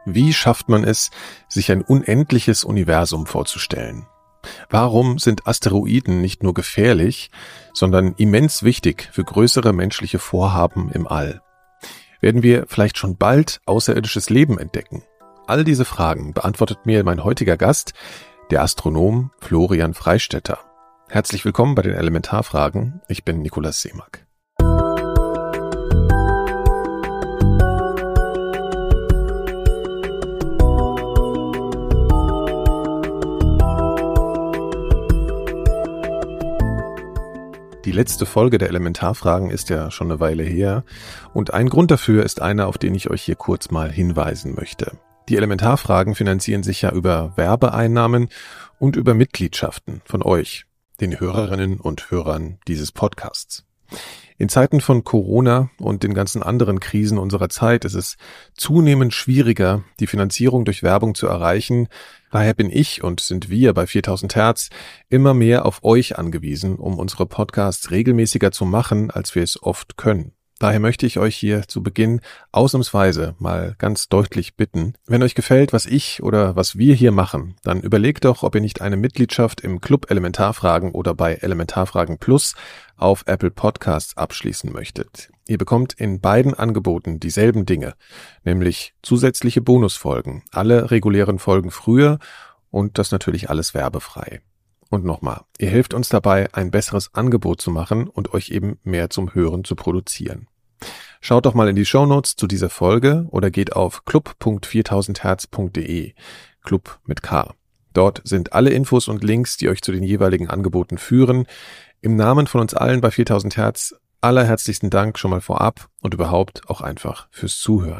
Wie schafft man es, sich ein unendliches Universum vorzustellen? Warum sind Asteroiden nicht nur gefährlich, sondern immens wichtig für größere menschliche Vorhaben im All? Werden wir vielleicht schon bald außerirdisches Leben entdecken? All diese Fragen beantwortet mir mein heutiger Gast, der Astronom Florian Freistetter. Herzlich willkommen bei den Elementarfragen. Ich bin Nikolaus Seemack. Die letzte Folge der Elementarfragen ist ja schon eine Weile her und ein Grund dafür ist einer, auf den ich euch hier kurz mal hinweisen möchte. Die Elementarfragen finanzieren sich ja über Werbeeinnahmen und über Mitgliedschaften von euch, den Hörerinnen und Hörern dieses Podcasts. In Zeiten von Corona und den ganzen anderen Krisen unserer Zeit ist es zunehmend schwieriger, die Finanzierung durch Werbung zu erreichen. Daher bin ich und sind wir bei 4000 Hertz immer mehr auf euch angewiesen, um unsere Podcasts regelmäßiger zu machen, als wir es oft können. Daher möchte ich euch hier zu Beginn ausnahmsweise mal ganz deutlich bitten, wenn euch gefällt, was ich oder was wir hier machen, dann überlegt doch, ob ihr nicht eine Mitgliedschaft im Club Elementarfragen oder bei Elementarfragen Plus auf Apple Podcasts abschließen möchtet. Ihr bekommt in beiden Angeboten dieselben Dinge, nämlich zusätzliche Bonusfolgen, alle regulären Folgen früher und das natürlich alles werbefrei. Und nochmal, ihr helft uns dabei, ein besseres Angebot zu machen und euch eben mehr zum Hören zu produzieren. Schaut doch mal in die Shownotes zu dieser Folge oder geht auf club.4000herz.de, Club mit K. Dort sind alle Infos und Links, die euch zu den jeweiligen Angeboten führen. Im Namen von uns allen bei 4000 Hertz allerherzlichsten Dank schon mal vorab und überhaupt auch einfach fürs Zuhören.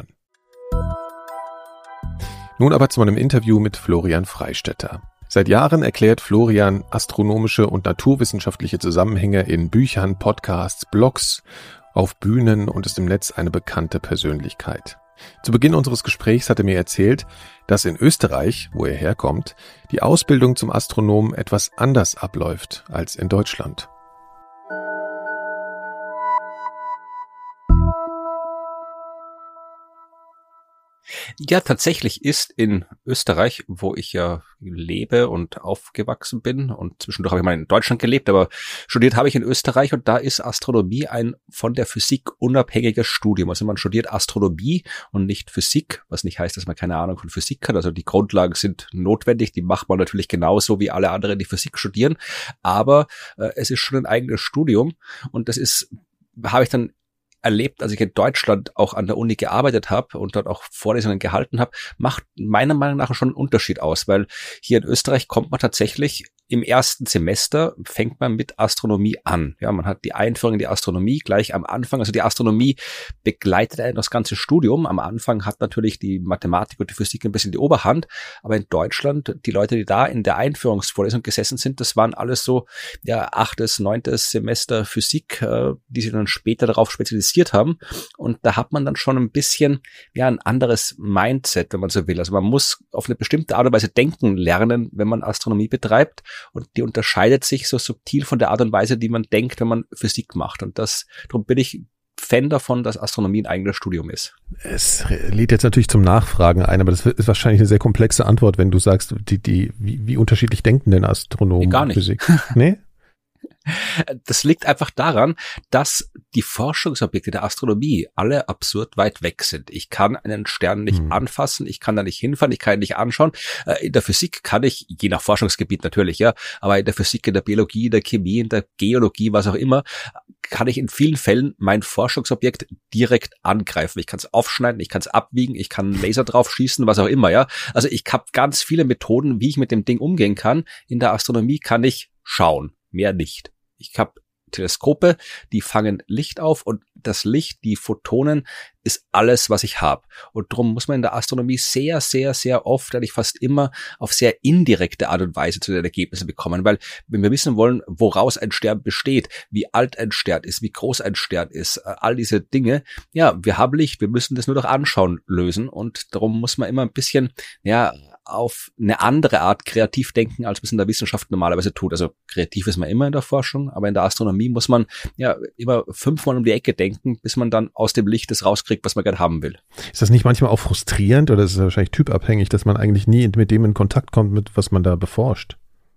Nun aber zu meinem Interview mit Florian Freistetter. Seit Jahren erklärt Florian astronomische und naturwissenschaftliche Zusammenhänge in Büchern, Podcasts, Blogs, auf Bühnen und ist im Netz eine bekannte Persönlichkeit. Zu Beginn unseres Gesprächs hat er mir erzählt, dass in Österreich, wo er herkommt, die Ausbildung zum Astronomen etwas anders abläuft als in Deutschland. Ja, tatsächlich ist in Österreich, wo ich ja lebe und aufgewachsen bin und zwischendurch habe ich mal in Deutschland gelebt, aber studiert habe ich in Österreich und da ist Astronomie ein von der Physik unabhängiges Studium. Also man studiert Astronomie und nicht Physik, was nicht heißt, dass man keine Ahnung von Physik hat. Also die Grundlagen sind notwendig, die macht man natürlich genauso wie alle anderen, die Physik studieren, aber es ist schon ein eigenes Studium und das habe ich dann erlebt, als ich in Deutschland auch an der Uni gearbeitet habe und dort auch Vorlesungen gehalten habe, macht meiner Meinung nach schon einen Unterschied aus, weil hier in Österreich kommt man tatsächlich im ersten Semester fängt man mit Astronomie an. Ja, man hat die Einführung in die Astronomie gleich am Anfang. Also die Astronomie begleitet einen das ganze Studium. Am Anfang hat natürlich die Mathematik und die Physik ein bisschen die Oberhand. Aber in Deutschland, die Leute, die da in der Einführungsvorlesung gesessen sind, das waren alles so, ja, 8., 9. Semester Physik, die sich dann später darauf spezialisiert haben. Und da hat man dann schon ein bisschen, ja, ein anderes Mindset, wenn man so will. Also man muss auf eine bestimmte Art und Weise denken lernen, wenn man Astronomie betreibt. Und die unterscheidet sich so subtil von der Art und Weise, die man denkt, wenn man Physik macht. Und darum bin ich Fan davon, dass Astronomie ein eigenes Studium ist. Es lädt jetzt natürlich zum Nachfragen ein, aber das ist wahrscheinlich eine sehr komplexe Antwort, wenn du sagst, wie unterschiedlich denken denn Astronomen gar nicht. Physik? Nee? Das liegt einfach daran, dass die Forschungsobjekte der Astronomie alle absurd weit weg sind. Ich kann einen Stern nicht anfassen, ich kann da nicht hinfahren, ich kann ihn nicht anschauen. In der Physik kann ich, je nach Forschungsgebiet natürlich, ja, aber in der Physik, in der Biologie, in der Chemie, in der Geologie, was auch immer, kann ich in vielen Fällen mein Forschungsobjekt direkt angreifen. Ich kann es aufschneiden, ich kann es abwiegen, ich kann einen Laser drauf schießen, was auch immer, ja. Also ich habe ganz viele Methoden, wie ich mit dem Ding umgehen kann. In der Astronomie kann ich schauen, mehr nicht. Ich habe Teleskope, die fangen Licht auf und das Licht, die Photonen, ist alles, was ich habe. Und darum muss man in der Astronomie sehr, sehr, sehr oft, eigentlich fast immer, auf sehr indirekte Art und Weise zu den Ergebnissen bekommen. Weil wenn wir wissen wollen, woraus ein Stern besteht, wie alt ein Stern ist, wie groß ein Stern ist, all diese Dinge, ja, wir haben Licht, wir müssen das nur durch Anschauen lösen. Und darum muss man immer ein bisschen, ja, auf eine andere Art kreativ denken, als man es in der Wissenschaft normalerweise tut. Also kreativ ist man immer in der Forschung, aber in der Astronomie muss man ja immer 5-mal um die Ecke denken, bis man dann aus dem Licht das rauskriegt, was man gerade haben will. Ist das nicht manchmal auch frustrierend oder ist es wahrscheinlich typabhängig, dass man eigentlich nie mit dem in Kontakt kommt, mit was man da beforscht?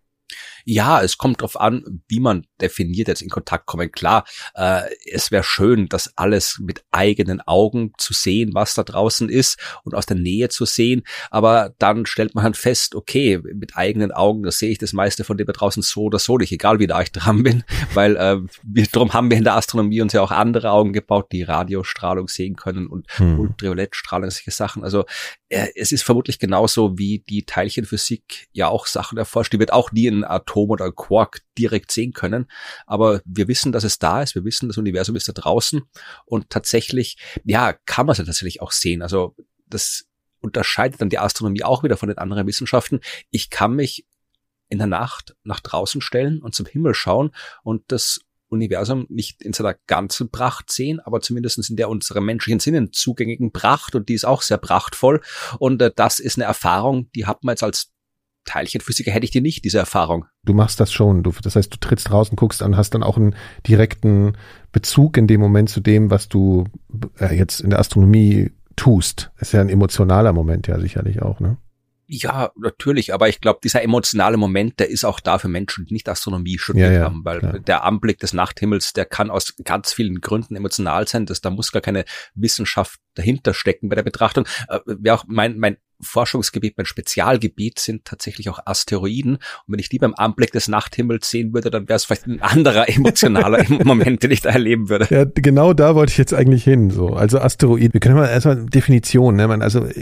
Ja, es kommt drauf an, wie man definiert jetzt in Kontakt kommen. Klar, es wäre schön, das alles mit eigenen Augen zu sehen, was da draußen ist und aus der Nähe zu sehen. Aber dann stellt man halt fest, okay, mit eigenen Augen, das sehe ich das meiste von dem da draußen so oder so nicht, egal wie da ich dran bin, weil darum haben wir in der Astronomie uns ja auch andere Augen gebaut, die Radiostrahlung sehen können und Ultraviolettstrahlung, solche Sachen. Also es ist vermutlich genauso, wie die Teilchenphysik ja auch Sachen erforscht. Die wird auch nie ein Atom oder ein Quark direkt sehen können. Aber wir wissen, dass es da ist. Wir wissen, das Universum ist da draußen. Und tatsächlich, ja, kann man es ja tatsächlich auch sehen. Also das unterscheidet dann die Astronomie auch wieder von den anderen Wissenschaften. Ich kann mich in der Nacht nach draußen stellen und zum Himmel schauen und das Universum nicht in seiner ganzen Pracht sehen, aber zumindest in der unseren menschlichen Sinnen zugänglichen Pracht, und die ist auch sehr prachtvoll. Und das ist eine Erfahrung, die hat man jetzt als Teilchenphysiker, hätte ich die nicht, diese Erfahrung. Du machst das schon. Das heißt, du trittst raus und guckst an, hast dann auch einen direkten Bezug in dem Moment zu dem, was du jetzt in der Astronomie tust. Das ist ja ein emotionaler Moment ja sicherlich auch, ne? Ja, natürlich, aber ich glaube, dieser emotionale Moment, der ist auch da für Menschen, die nicht Astronomie studiert haben, weil der Anblick des Nachthimmels, der kann aus ganz vielen Gründen emotional sein, da muss gar keine Wissenschaft dahinter stecken bei der Betrachtung. Wäre auch mein Forschungsgebiet, mein Spezialgebiet sind tatsächlich auch Asteroiden. Und wenn ich die beim Anblick des Nachthimmels sehen würde, dann wäre es vielleicht ein anderer emotionaler Moment, den ich da erleben würde. Ja, genau da wollte ich jetzt eigentlich hin. So, also Asteroid. Wir können mal erstmal Definition. Ne?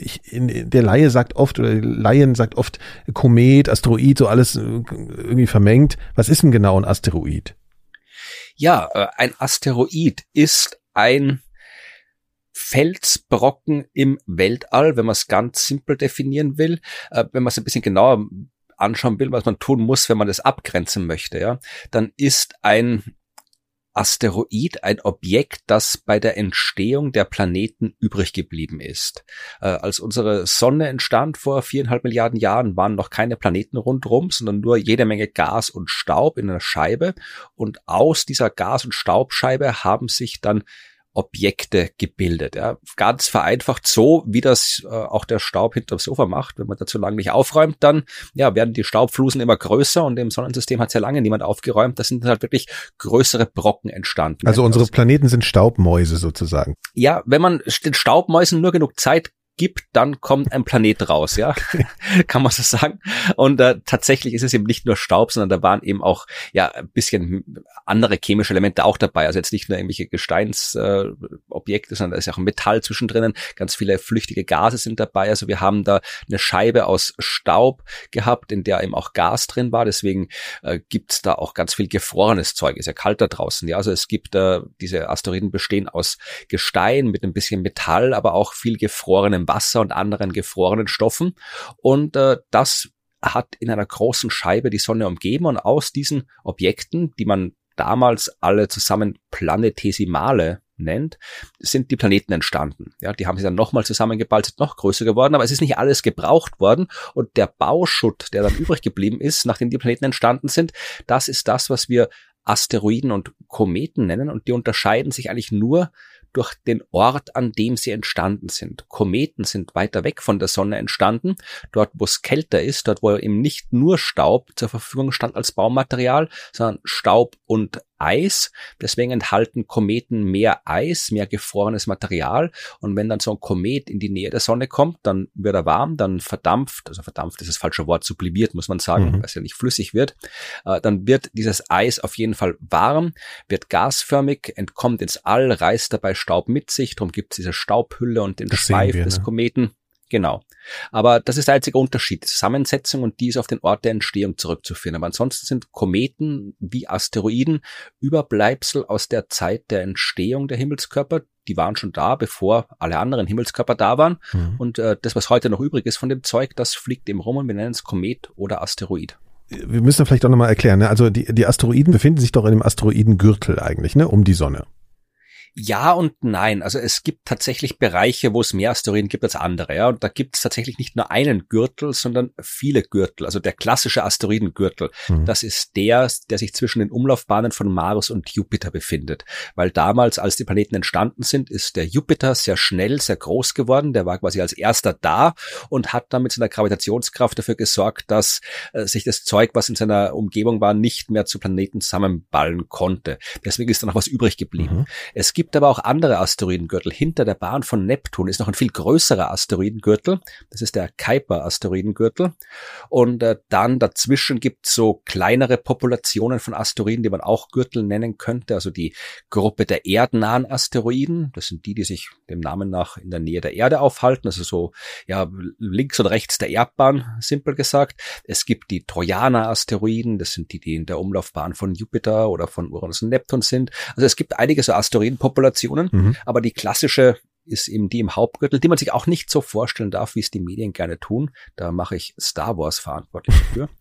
Der Laie sagt oft oder Laien sagt oft Komet, Asteroid, so alles irgendwie vermengt. Was ist denn genau ein Asteroid? Ja, ein Asteroid ist ein Felsbrocken im Weltall, wenn man es ganz simpel definieren will. Wenn man es ein bisschen genauer anschauen will, was man tun muss, wenn man das abgrenzen möchte, ja, dann ist ein Asteroid ein Objekt, das bei der Entstehung der Planeten übrig geblieben ist. Als unsere Sonne entstand vor 4,5 Milliarden Jahren, waren noch keine Planeten rundherum, sondern nur jede Menge Gas und Staub in einer Scheibe. Und aus dieser Gas- und Staubscheibe haben sich dann Objekte gebildet. Ja. Ganz vereinfacht so, wie das auch der Staub hinterm Sofa macht. Wenn man da zu lange nicht aufräumt, dann werden die Staubflusen immer größer, und im Sonnensystem hat sehr lange niemand aufgeräumt. Da sind halt wirklich größere Brocken entstanden. Also unsere Planeten sind Staubmäuse sozusagen. Ja, wenn man den Staubmäusen nur genug Zeit gibt, dann kommt ein Planet raus, ja, kann man so sagen. Und tatsächlich ist es eben nicht nur Staub, sondern da waren eben auch ein bisschen andere chemische Elemente auch dabei. Also jetzt nicht nur irgendwelche Gesteinsobjekte, sondern da ist ja auch Metall zwischendrin. Ganz viele flüchtige Gase sind dabei. Also wir haben da eine Scheibe aus Staub gehabt, in der eben auch Gas drin war. Deswegen gibt's da auch ganz viel gefrorenes Zeug. Ist ja kalt da draußen. Ja, also es gibt diese Asteroiden bestehen aus Gestein mit ein bisschen Metall, aber auch viel gefrorenem Wasser und anderen gefrorenen Stoffen, und das hat in einer großen Scheibe die Sonne umgeben, und aus diesen Objekten, die man damals alle zusammen Planetesimale nennt, sind die Planeten entstanden. Ja, die haben sich dann nochmal zusammengeballt, sind noch größer geworden, aber es ist nicht alles gebraucht worden, und der Bauschutt, der dann übrig geblieben ist, nachdem die Planeten entstanden sind, das ist das, was wir Asteroiden und Kometen nennen, und die unterscheiden sich eigentlich nur durch den Ort, an dem sie entstanden sind. Kometen sind weiter weg von der Sonne entstanden, dort wo es kälter ist, dort wo eben nicht nur Staub zur Verfügung stand als Baumaterial, sondern Staub und Eis. Deswegen enthalten Kometen mehr Eis, mehr gefrorenes Material, und wenn dann so ein Komet in die Nähe der Sonne kommt, dann wird er warm, dann verdampft, also verdampft ist das falsche Wort, sublimiert muss man sagen, weil es ja nicht flüssig wird, dann wird dieses Eis auf jeden Fall warm, wird gasförmig, entkommt ins All, reißt dabei Staub mit sich, darum gibt es diese Staubhülle und den Schweif des Kometen. Genau. Aber das ist der einzige Unterschied, die Zusammensetzung, und die ist auf den Ort der Entstehung zurückzuführen. Aber ansonsten sind Kometen wie Asteroiden Überbleibsel aus der Zeit der Entstehung der Himmelskörper. Die waren schon da, bevor alle anderen Himmelskörper da waren. Und das, was heute noch übrig ist von dem Zeug, das fliegt eben rum, und wir nennen es Komet oder Asteroid. Wir müssen vielleicht auch nochmal erklären, ne? Also die Asteroiden befinden sich doch in dem Asteroidengürtel eigentlich, ne, um die Sonne. Ja und nein. Also es gibt tatsächlich Bereiche, wo es mehr Asteroiden gibt als andere. Ja, und da gibt es tatsächlich nicht nur einen Gürtel, sondern viele Gürtel. Also der klassische Asteroidengürtel, das ist der sich zwischen den Umlaufbahnen von Mars und Jupiter befindet. Weil damals, als die Planeten entstanden sind, ist der Jupiter sehr schnell, sehr groß geworden. Der war quasi als erster da und hat dann mit seiner Gravitationskraft dafür gesorgt, dass sich das Zeug, was in seiner Umgebung war, nicht mehr zu Planeten zusammenballen konnte. Deswegen ist da noch was übrig geblieben. Es gibt aber auch andere Asteroidengürtel. Hinter der Bahn von Neptun ist noch ein viel größerer Asteroidengürtel. Das ist der Kuiper-Asteroidengürtel. Und dann dazwischen gibt es so kleinere Populationen von Asteroiden, die man auch Gürtel nennen könnte. Also die Gruppe der erdnahen Asteroiden. Das sind die sich dem Namen nach in der Nähe der Erde aufhalten. Also so links und rechts der Erdbahn, simpel gesagt. Es gibt die Trojaner-Asteroiden. Das sind die in der Umlaufbahn von Jupiter oder von Uranus und Neptun sind. Also es gibt einige so Asteroidenpopulationen, aber die klassische ist eben die im Hauptgürtel, die man sich auch nicht so vorstellen darf, wie es die Medien gerne tun. Da mache ich Star Wars verantwortlich dafür.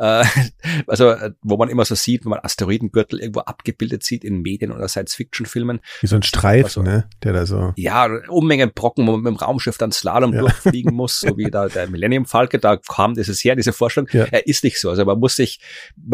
Wo man immer so sieht, wenn man Asteroidengürtel irgendwo abgebildet sieht in Medien oder Science-Fiction-Filmen. Wie so ein Streifen, ne? Der da so. Ja, Unmengen Brocken, wo man mit dem Raumschiff dann Slalom durchfliegen muss, so wie da der Millennium Falcon, da kam dieses her, diese Vorstellung. Ja. Er ist nicht so. Also man muss sich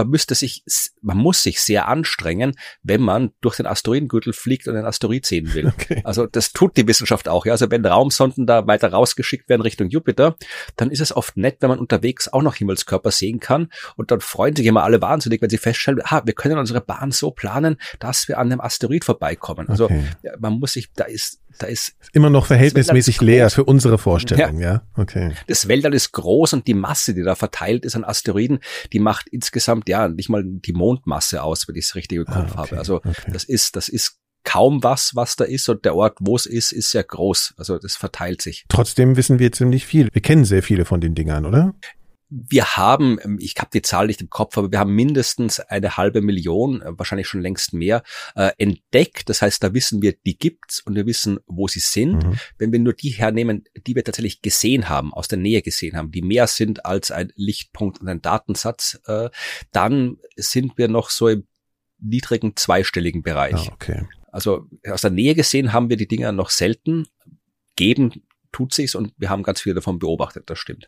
sehr anstrengen, wenn man durch den Asteroidengürtel fliegt und einen Asteroid sehen will. Okay. Also das tut die Wissenschaft auch, ja. Also wenn Raumsonden da weiter rausgeschickt werden Richtung Jupiter, dann ist es oft nett, wenn man unterwegs auch noch Himmelskörper sehen kann und dann freuen sich immer alle wahnsinnig, wenn sie feststellen, wir können unsere Bahn so planen, dass wir an einem Asteroid vorbeikommen. Also man muss sich, da ist immer noch verhältnismäßig leer für unsere Vorstellung, ja. Okay. Das Weltall ist groß und die Masse, die da verteilt ist an Asteroiden, die macht insgesamt nicht mal die Mondmasse aus, wenn ich es richtig im Kopf habe. Also das ist kaum was da ist und der Ort, wo es ist sehr groß. Also das verteilt sich. Trotzdem wissen wir ziemlich viel. Wir kennen sehr viele von den Dingern, oder? Wir haben, ich habe die Zahl nicht im Kopf, aber wir haben mindestens 500.000, wahrscheinlich schon längst mehr, entdeckt. Das heißt, da wissen wir, die gibt's und wir wissen, wo sie sind. Wenn wir nur die hernehmen, die wir tatsächlich gesehen haben, aus der Nähe gesehen haben, die mehr sind als ein Lichtpunkt und ein Datensatz, dann sind wir noch so im niedrigen zweistelligen Bereich. Okay. Also aus der Nähe gesehen haben wir die Dinger noch selten. Geben tut sich's und wir haben ganz viel davon beobachtet, das stimmt.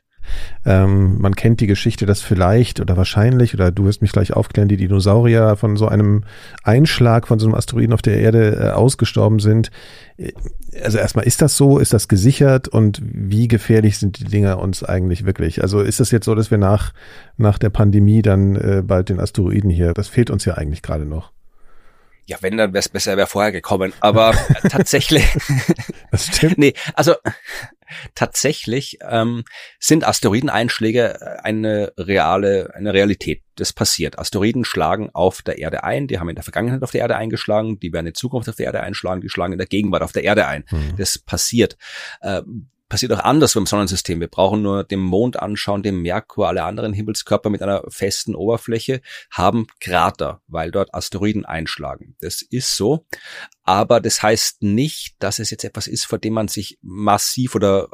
Man kennt die Geschichte, dass vielleicht oder wahrscheinlich, oder du wirst mich gleich aufklären, die Dinosaurier von so einem Einschlag von so einem Asteroiden auf der Erde ausgestorben sind. Also erstmal, ist das so? Ist das gesichert? Und wie gefährlich sind die Dinger uns eigentlich wirklich? Also ist das jetzt so, dass wir nach der Pandemie dann bald den Asteroiden hier, das fehlt uns ja eigentlich gerade noch. Ja, wenn, dann wäre es besser, wäre vorher gekommen. Aber tatsächlich. Das stimmt. Nee, also tatsächlich sind Asteroideneinschläge eine Realität. Das passiert. Asteroiden schlagen auf der Erde ein. Die haben in der Vergangenheit auf der Erde eingeschlagen. Die werden in Zukunft auf der Erde einschlagen. Die schlagen in der Gegenwart auf der Erde ein. Das passiert. Passiert auch anderswo im Sonnensystem. Wir brauchen nur den Mond anschauen, den Merkur, alle anderen Himmelskörper mit einer festen Oberfläche haben Krater, weil dort Asteroiden einschlagen. Das ist so, aber das heißt nicht, dass es jetzt etwas ist, vor dem man sich massiv oder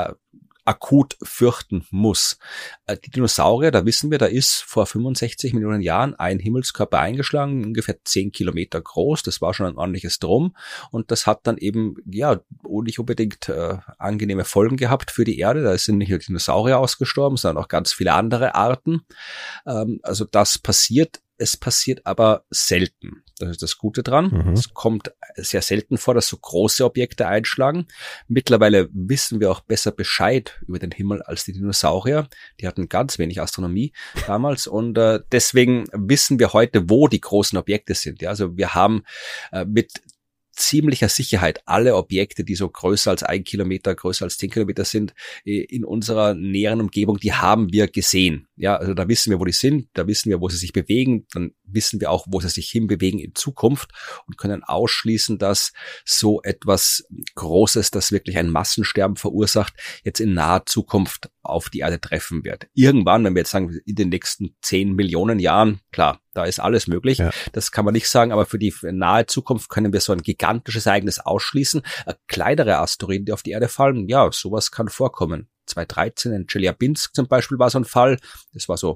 akut fürchten muss. Die Dinosaurier, da wissen wir, da ist vor 65 Millionen Jahren ein Himmelskörper eingeschlagen, ungefähr 10 Kilometer groß. Das war schon ein ordentliches Drum. Und das hat dann eben, nicht unbedingt angenehme Folgen gehabt für die Erde. Da sind nicht nur Dinosaurier ausgestorben, sondern auch ganz viele andere Arten. Also das passiert. Es passiert aber selten. Das ist das Gute dran. Es kommt sehr selten vor, dass so große Objekte einschlagen. Mittlerweile wissen wir auch besser Bescheid über den Himmel als die Dinosaurier. Die hatten ganz wenig Astronomie damals und deswegen wissen wir heute, wo die großen Objekte sind. Ja, also wir haben mit ziemlicher Sicherheit alle Objekte, die so größer als 1 Kilometer, größer als 10 Kilometer sind, in unserer näheren Umgebung, die haben wir gesehen. Ja, also da wissen wir, wo die sind, da wissen wir, wo sie sich bewegen, dann wissen wir auch, wo sie sich hinbewegen in Zukunft und können ausschließen, dass so etwas Großes, das wirklich ein Massensterben verursacht, jetzt in naher Zukunft auf die Erde treffen wird. Irgendwann, wenn wir jetzt sagen, in den nächsten 10 Millionen Jahren, klar, da ist alles möglich. Ja. Das kann man nicht sagen, aber für die nahe Zukunft können wir so ein gigantisches Ereignis ausschließen. Kleinere Asteroiden, die auf die Erde fallen, sowas kann vorkommen. 2013 in Chelyabinsk zum Beispiel war so ein Fall. Das war so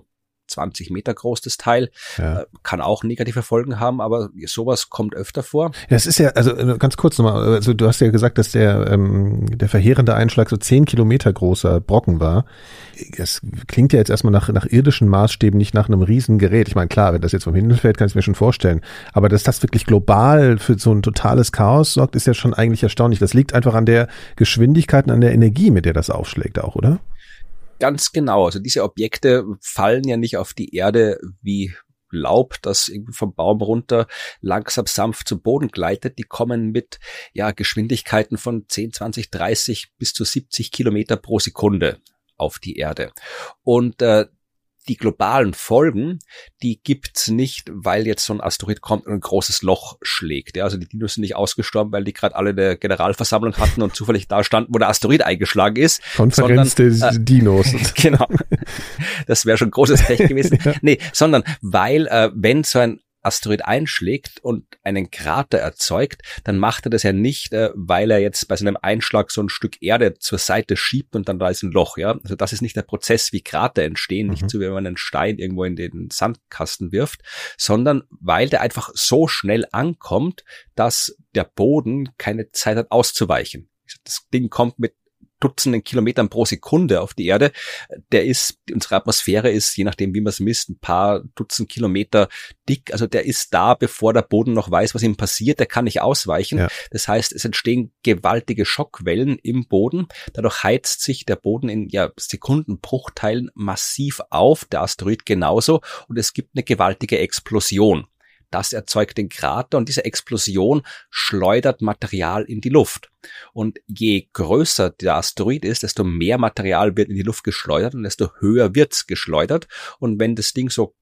20 Meter groß, das Teil. Ja. Kann auch negative Folgen haben, aber sowas kommt öfter vor. Ja, es ist ja, also ganz kurz nochmal, also du hast ja gesagt, dass der verheerende Einschlag so 10 Kilometer großer Brocken war. Das klingt ja jetzt erstmal nach irdischen Maßstäben, nicht nach einem riesen Gerät. Ich meine, klar, wenn das jetzt vom Himmel fällt, kann ich es mir schon vorstellen. Aber dass das wirklich global für so ein totales Chaos sorgt, ist ja schon eigentlich erstaunlich. Das liegt einfach an der Geschwindigkeit und an der Energie, mit der das aufschlägt auch, oder? Ganz genau. Also diese Objekte fallen ja nicht auf die Erde wie Laub, das irgendwie vom Baum runter langsam sanft zu Boden gleitet. Die kommen mit Geschwindigkeiten von 10, 20, 30 bis zu 70 Kilometer pro Sekunde auf die Erde. Und die globalen Folgen, die gibt's nicht, weil jetzt so ein Asteroid kommt und ein großes Loch schlägt. Ja, also die Dinos sind nicht ausgestorben, weil die gerade alle eine Generalversammlung hatten und zufällig da standen, wo der Asteroid eingeschlagen ist. Konferenz des Dinos. Genau. Das wäre schon großes Pech gewesen. Ja. Nee, sondern weil, wenn so ein Asteroid einschlägt und einen Krater erzeugt, dann macht er das ja nicht, weil er jetzt bei so einem Einschlag so ein Stück Erde zur Seite schiebt und dann da ist ein Loch, ja. Also das ist nicht der Prozess, wie Krater entstehen, nicht so, wie man einen Stein irgendwo in den Sandkasten wirft, sondern weil der einfach so schnell ankommt, dass der Boden keine Zeit hat auszuweichen. Das Ding kommt mit Dutzenden Kilometern pro Sekunde auf die Erde. Unsere Atmosphäre ist, je nachdem wie man es misst, ein paar Dutzend Kilometer dick. Also der ist da, bevor der Boden noch weiß, was ihm passiert. Der kann nicht ausweichen. Ja. Das heißt, es entstehen gewaltige Schockwellen im Boden. Dadurch heizt sich der Boden in Sekundenbruchteilen massiv auf, der Asteroid genauso. Und es gibt eine gewaltige Explosion. Das erzeugt den Krater und diese Explosion schleudert Material in die Luft. Und je größer der Asteroid ist, desto mehr Material wird in die Luft geschleudert und desto höher wird's geschleudert. Und wenn das Ding so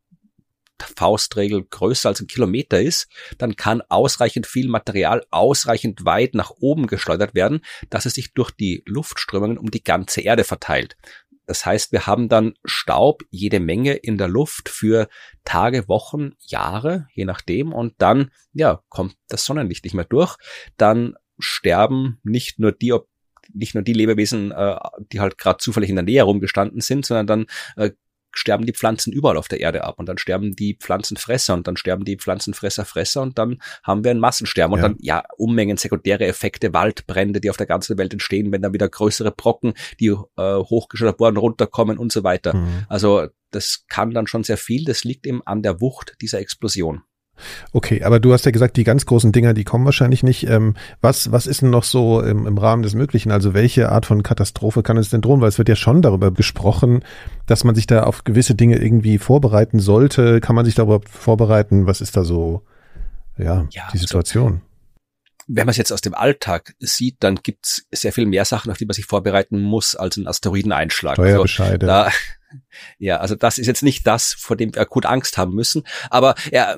Faustregel größer als 1 Kilometer ist, dann kann ausreichend viel Material ausreichend weit nach oben geschleudert werden, dass es sich durch die Luftströmungen um die ganze Erde verteilt. Das heißt, wir haben dann Staub, jede Menge in der Luft für Tage, Wochen, Jahre, je nachdem. Und dann, kommt das Sonnenlicht nicht mehr durch. Dann sterben nicht nur die Lebewesen, die halt gerade zufällig in der Nähe rumgestanden sind, sondern dann sterben die Pflanzen überall auf der Erde ab und dann sterben die Pflanzenfresser und dann sterben die Pflanzenfresser und dann haben wir ein Massensterben und dann Unmengen sekundäre Effekte, Waldbrände, die auf der ganzen Welt entstehen, wenn dann wieder größere Brocken, die hochgeschüttet wurden, runterkommen und so weiter. Also das kann dann schon sehr viel, das liegt eben an der Wucht dieser Explosion. Okay, aber du hast ja gesagt, die ganz großen Dinger, die kommen wahrscheinlich nicht. Was ist denn noch so im Rahmen des Möglichen? Also welche Art von Katastrophe kann es denn drohen? Weil es wird ja schon darüber gesprochen, dass man sich da auf gewisse Dinge irgendwie vorbereiten sollte. Kann man sich darüber vorbereiten? Was ist da so, die Situation? Wenn man es jetzt aus dem Alltag sieht, dann gibt's sehr viel mehr Sachen, auf die man sich vorbereiten muss, als ein Asteroideneinschlag. Steuerbescheide. Also das ist jetzt nicht das, vor dem wir akut Angst haben müssen. Aber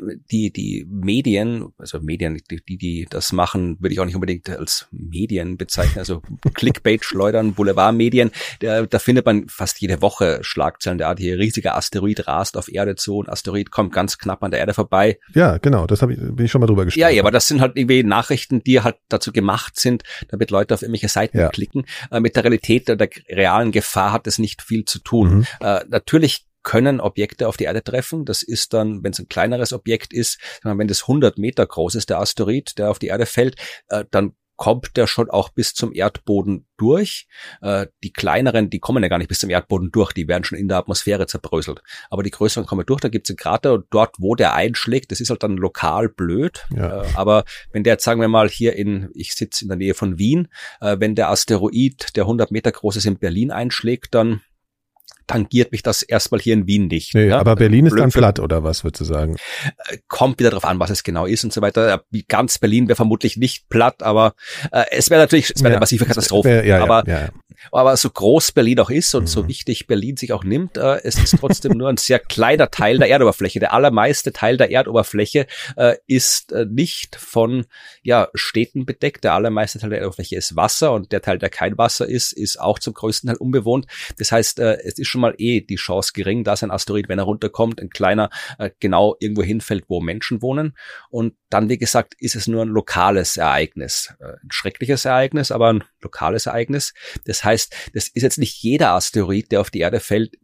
die Medien, also Medien, die das machen, würde ich auch nicht unbedingt als Medien bezeichnen. Also Clickbait schleudern, Boulevardmedien, da findet man fast jede Woche Schlagzeilen der Art, hier riesiger Asteroid rast auf Erde zu, ein Asteroid kommt ganz knapp an der Erde vorbei. Ja, genau, bin ich schon mal drüber gesprochen. Ja, aber das sind halt irgendwie Nachrichten, die halt dazu gemacht sind, damit Leute auf irgendwelche Seiten klicken. Mit der Realität, der realen Gefahr hat es nicht viel zu tun. Natürlich können Objekte auf die Erde treffen. Das ist dann, wenn es ein kleineres Objekt ist, wenn das 100 Meter groß ist, der Asteroid, der auf die Erde fällt, dann kommt der schon auch bis zum Erdboden durch. Die kleineren, die kommen ja gar nicht bis zum Erdboden durch, die werden schon in der Atmosphäre zerbröselt. Aber die größeren kommen durch, da gibt es einen Krater und dort, wo der einschlägt, das ist halt dann lokal blöd. Ja. Aber wenn der jetzt, sagen wir mal, ich sitze in der Nähe von Wien, wenn der Asteroid, der 100 Meter groß ist, in Berlin einschlägt, dann tangiert mich das erstmal hier in Wien nicht. Nee, aber Berlin ist dann platt, oder was würdest du sagen? Kommt wieder drauf an, was es genau ist und so weiter. Ganz Berlin wäre vermutlich nicht platt, aber es wäre eine massive Katastrophe. Aber so groß Berlin auch ist und so wichtig Berlin sich auch nimmt, es ist trotzdem nur ein sehr kleiner Teil der Erdoberfläche. Der allermeiste Teil der Erdoberfläche ist nicht von Städten bedeckt. Der allermeiste Teil der Erdoberfläche ist Wasser und der Teil, der kein Wasser ist auch zum größten Teil unbewohnt. Das heißt, es ist schon mal die Chance gering, dass ein Asteroid, wenn er runterkommt, ein kleiner, genau irgendwo hinfällt, wo Menschen wohnen. Und dann, wie gesagt, ist es nur ein lokales Ereignis. Ein schreckliches Ereignis, aber ein lokales Ereignis. Das heißt, das ist jetzt nicht jeder Asteroid, der auf die Erde fällt,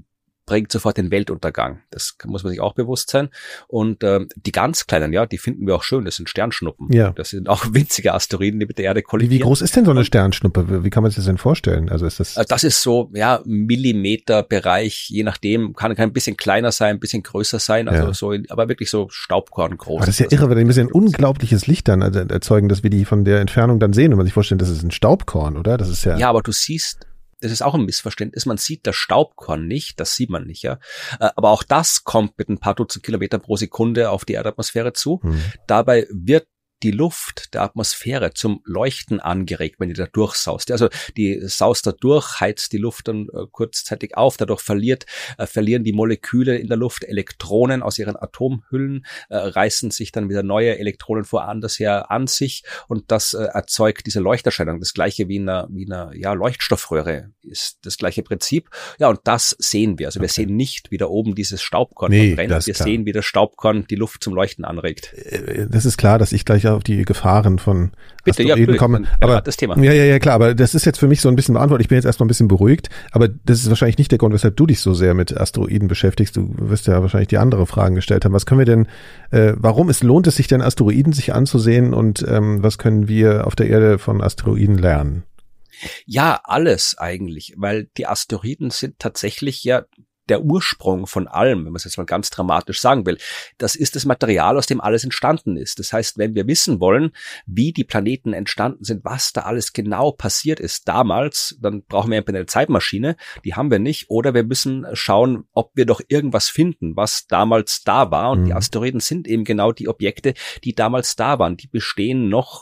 bringt sofort den Weltuntergang. Das muss man sich auch bewusst sein. Und die ganz kleinen, ja, die finden wir auch schön. Das sind Sternschnuppen. Ja. Das sind auch winzige Asteroiden, die mit der Erde kollidieren. Wie groß ist denn so eine Sternschnuppe? Wie kann man sich das denn vorstellen? Also ist das? Das ist so, ja, Millimeterbereich, je nachdem, kann ein bisschen kleiner sein, ein bisschen größer sein, also so, aber wirklich so Staubkorn groß. Aber das ist ja irre, weil die müssen ein unglaubliches Licht dann erzeugen, dass wir die von der Entfernung dann sehen, wenn man sich vorstellt, das ist ein Staubkorn, oder? Das ist ja. Ja, aber du siehst, das ist auch ein Missverständnis. Man sieht das Staubkorn nicht, das sieht man nicht, ja. Aber auch das kommt mit ein paar Dutzend Kilometer pro Sekunde auf die Erdatmosphäre zu. Dabei wird die Luft der Atmosphäre zum Leuchten angeregt, wenn die da durchsaust. Also die saust da durch, heizt die Luft dann kurzzeitig auf, dadurch verlieren die Moleküle in der Luft Elektronen aus ihren Atomhüllen, reißen sich dann wieder neue Elektronen andersher an sich und das erzeugt diese Leuchterscheinung. Das gleiche wie in einer Leuchtstoffröhre ist das gleiche Prinzip. Ja, und das sehen wir. Also wir sehen nicht, wie da oben dieses Staubkorn verbrennt. Wir sehen, wie das Staubkorn die Luft zum Leuchten anregt. Das ist klar, dass ich gleich auf die Gefahren von Asteroiden komme. Aber das Thema. Ja, klar, aber das ist jetzt für mich so ein bisschen beantwortet. Ich bin jetzt erstmal ein bisschen beruhigt, aber das ist wahrscheinlich nicht der Grund, weshalb du dich so sehr mit Asteroiden beschäftigst. Du wirst ja wahrscheinlich die andere Fragen gestellt haben. Was können wir denn, warum lohnt es sich denn, Asteroiden sich anzusehen und was können wir auf der Erde von Asteroiden lernen? Ja, alles eigentlich, weil die Asteroiden sind tatsächlich ja der Ursprung von allem, wenn man es jetzt mal ganz dramatisch sagen will. Das ist das Material, aus dem alles entstanden ist. Das heißt, wenn wir wissen wollen, wie die Planeten entstanden sind, was da alles genau passiert ist damals, dann brauchen wir entweder eine Zeitmaschine, die haben wir nicht, oder wir müssen schauen, ob wir doch irgendwas finden, was damals da war. Und die Asteroiden sind eben genau die Objekte, die damals da waren. Die bestehen noch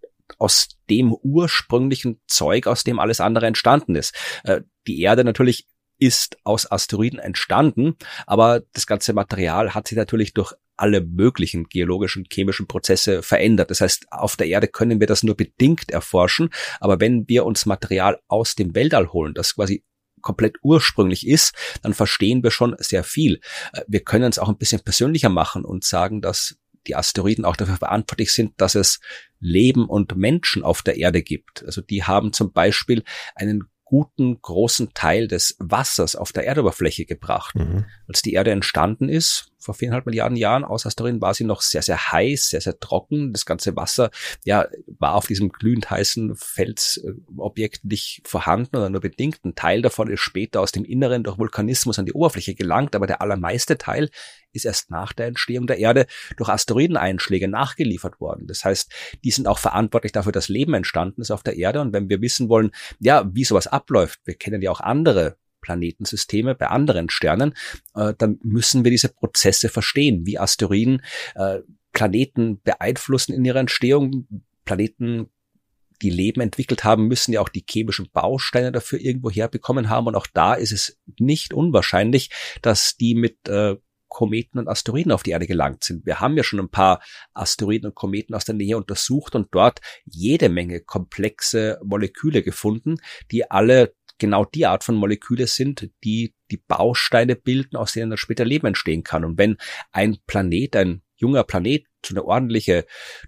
aus dem ursprünglichen Zeug, aus dem alles andere entstanden ist. Die Erde natürlich ist aus Asteroiden entstanden, aber das ganze Material hat sich natürlich durch alle möglichen geologischen, chemischen Prozesse verändert. Das heißt, auf der Erde können wir das nur bedingt erforschen, aber wenn wir uns Material aus dem Weltall holen, das quasi komplett ursprünglich ist, dann verstehen wir schon sehr viel. Wir können es auch ein bisschen persönlicher machen und sagen, dass die Asteroiden auch dafür verantwortlich sind, dass es Leben und Menschen auf der Erde gibt. Also die haben zum Beispiel einen guten, großen Teil des Wassers auf der Erdoberfläche gebracht. Als die Erde entstanden ist, vor 4,5 Milliarden Jahren aus Asteroiden, war sie noch sehr, sehr heiß, sehr, sehr trocken. Das ganze Wasser, war auf diesem glühend heißen Felsobjekt nicht vorhanden oder nur bedingt. Ein Teil davon ist später aus dem Inneren durch Vulkanismus an die Oberfläche gelangt, aber der allermeiste Teil ist erst nach der Entstehung der Erde durch Asteroideneinschläge nachgeliefert worden. Das heißt, die sind auch verantwortlich dafür, dass Leben entstanden ist auf der Erde. Und wenn wir wissen wollen, wie sowas abläuft, wir kennen ja auch andere Planetensysteme bei anderen Sternen, dann müssen wir diese Prozesse verstehen, wie Asteroiden Planeten beeinflussen in ihrer Entstehung. Planeten, die Leben entwickelt haben, müssen ja auch die chemischen Bausteine dafür irgendwo herbekommen haben. Und auch da ist es nicht unwahrscheinlich, dass die mit Kometen und Asteroiden auf die Erde gelangt sind. Wir haben ja schon ein paar Asteroiden und Kometen aus der Nähe untersucht und dort jede Menge komplexe Moleküle gefunden, die alle genau die Art von Moleküle sind, die die Bausteine bilden, aus denen dann später Leben entstehen kann. Und wenn ein junger Planet, so eine ordentliche